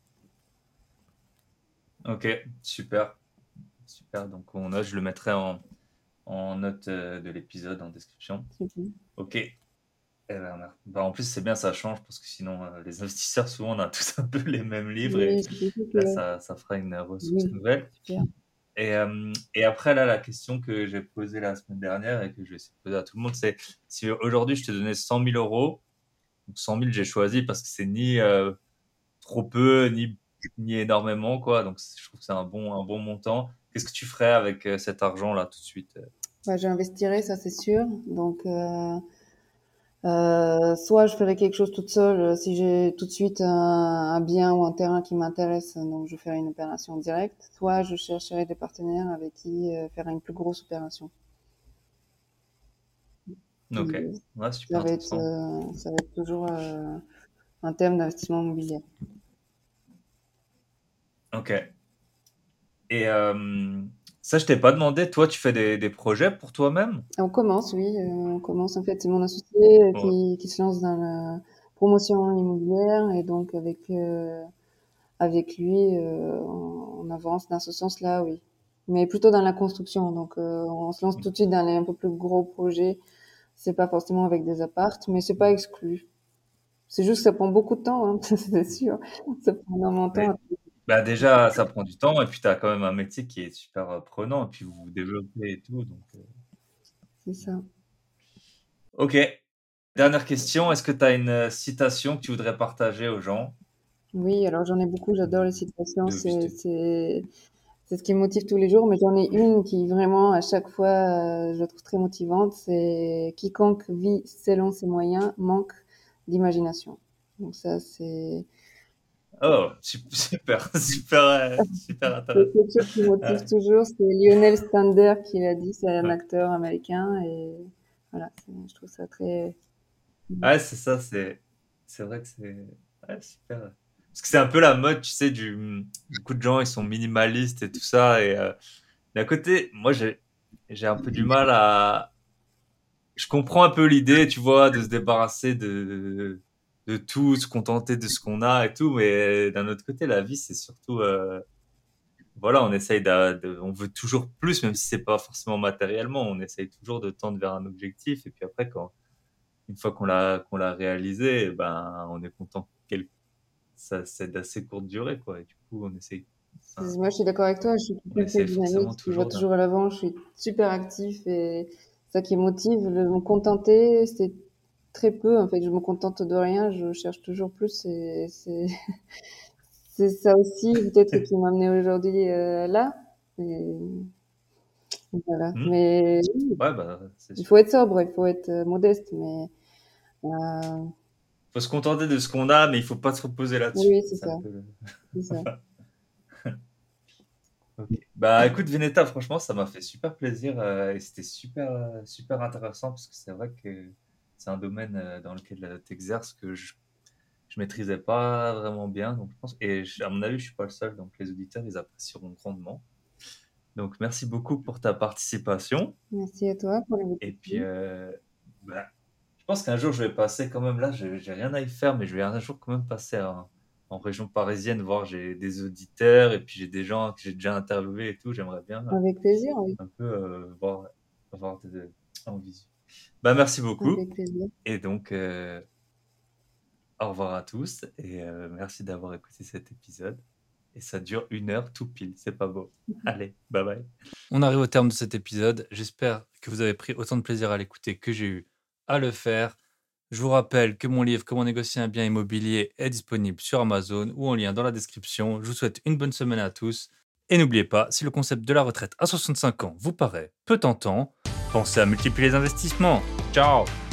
ok, super, super. Donc on note, je le mettrai en, en note euh, de l'épisode en description. Super. Ok. Eh ben, mer- bah, en plus, c'est bien, ça change parce que sinon, euh, les investisseurs, souvent, on a tous un peu les mêmes livres et Oui, c'est plutôt là, que ça, ça fera une ressource oui, nouvelle. super. Et, euh, et après, là, la question que j'ai posée la semaine dernière et que je vais essayer de poser à tout le monde, c'est si aujourd'hui je te donnais cent mille euros, donc cent mille, j'ai choisi parce que c'est ni euh, trop peu, ni, ni énormément, quoi. Donc, je trouve que c'est un bon, un bon montant. Qu'est-ce que tu ferais avec euh, cet argent-là tout de suite? Bah, j'investirai, ça c'est sûr. Donc euh, Euh, soit je ferai quelque chose toute seule euh, si j'ai tout de suite un, un bien ou un terrain qui m'intéresse, donc je ferai une opération directe. Soit je chercherai des partenaires avec qui euh, faire une plus grosse opération. Ok, Euh, ouais, super Ça va être, intéressant. euh, ça va être toujours euh, un thème d'investissement immobilier. Ok. Et euh, ça, je t'ai pas demandé, toi, tu fais des, des projets pour toi-même? On commence, oui, euh, on commence. En fait, c'est mon associé euh, Ouais. qui, qui se lance dans la promotion immobilière et donc avec euh, avec lui, euh, on, on avance dans ce sens-là, oui. Mais plutôt dans la construction. Donc, euh, on se lance tout de suite dans les un peu plus gros projets. C'est pas forcément avec des appartes, mais c'est pas exclu. C'est juste que ça prend beaucoup de temps, hein, c'est sûr. Ça prend énormément de temps. Mais bah déjà, ça prend du temps et puis tu as quand même un métier qui est super euh, prenant et puis vous vous développez et tout. Donc, euh, C'est ça. Ok. Dernière question. Est-ce que tu as une euh, citation que tu voudrais partager aux gens Oui, alors j'en ai beaucoup, j'adore les citations, de c'est, visiter? c'est, c'est ce qui me motive tous les jours, mais j'en ai une qui vraiment, à chaque fois, euh, je la trouve très motivante, c'est quiconque vit selon ses moyens manque d'imagination. Donc ça, c'est, Oh, su- super, super, euh, super c'est intéressant. quelque chose qui me motive Ouais, toujours, c'est Lionel Stander qui l'a dit, c'est un ouais. acteur américain, et voilà, c'est- je trouve ça très... Ouais, c'est ça, c'est c'est vrai que c'est ouais, super. Parce que c'est un peu la mode, tu sais, du beaucoup de gens ils sont minimalistes et tout ça et euh, d'un côté, moi j'ai j'ai un peu du mal à je comprends un peu l'idée, tu vois, de se débarrasser de de tout, se contenter de ce qu'on a et tout, mais d'un autre côté, la vie c'est surtout euh, voilà, on essaye d'a- de, on veut toujours plus, même si c'est pas forcément matériellement, on essaye toujours de tendre vers un objectif et puis après quand une fois qu'on l'a qu'on l'a réalisé, eh ben on est content qu'elle ça c'est d'assez courte durée quoi. Et du coup on essaye c'est- enfin, Moi, je suis d'accord avec toi, je suis on quelqu'un de très essaye dynamique, forcément qui va toujours d'un. toujours à l'avant, je suis super actif et ça qui motive, le, me contenter, c'est très peu, en fait, je me contente de rien, je cherche toujours plus et c'est, c'est ça aussi, peut-être, qui m'a amené aujourd'hui euh, là. Et voilà. Hmm. Mais Ouais bah c'est il sûr. faut être sobre, il faut être euh, modeste, mais euh, Faut se contenter de ce qu'on a, mais il faut pas se reposer là-dessus. oui, c'est C'est un ça, peu le. c'est ça. Ok. Bah écoute Veneta, franchement ça m'a fait super plaisir euh, et c'était super euh, super intéressant parce que c'est vrai que c'est un domaine euh, dans lequel tu exerces que je je maîtrisais pas vraiment bien donc je pense et je- à mon avis je suis pas le seul donc les auditeurs ils apprécieront grandement. Donc, merci beaucoup pour ta participation. Merci à toi pour Et puis, l'invitation. euh, bah, je pense qu'un jour, je vais passer quand même là. Je j'ai rien à y faire, mais je vais un jour quand même passer en, en région parisienne, voir j'ai des auditeurs et puis j'ai des gens que j'ai déjà interviewés et tout. J'aimerais bien euh, Avec plaisir, oui, un peu euh, voir, voir de- en visu. Bah, merci beaucoup. avec plaisir. Et donc, euh, au revoir à tous et euh, merci d'avoir écouté cet épisode. Et ça dure une heure tout pile. C'est pas beau. Allez, bye bye. On arrive au terme de cet épisode. J'espère que vous avez pris autant de plaisir à l'écouter que j'ai eu à le faire. Je vous rappelle que mon livre Comment négocier un bien immobilier est disponible sur Amazon ou en lien dans la description. Je vous souhaite une bonne semaine à tous. Et n'oubliez pas, si le concept de la retraite à soixante-cinq ans vous paraît peu tentant, pensez à multiplier les investissements. Ciao!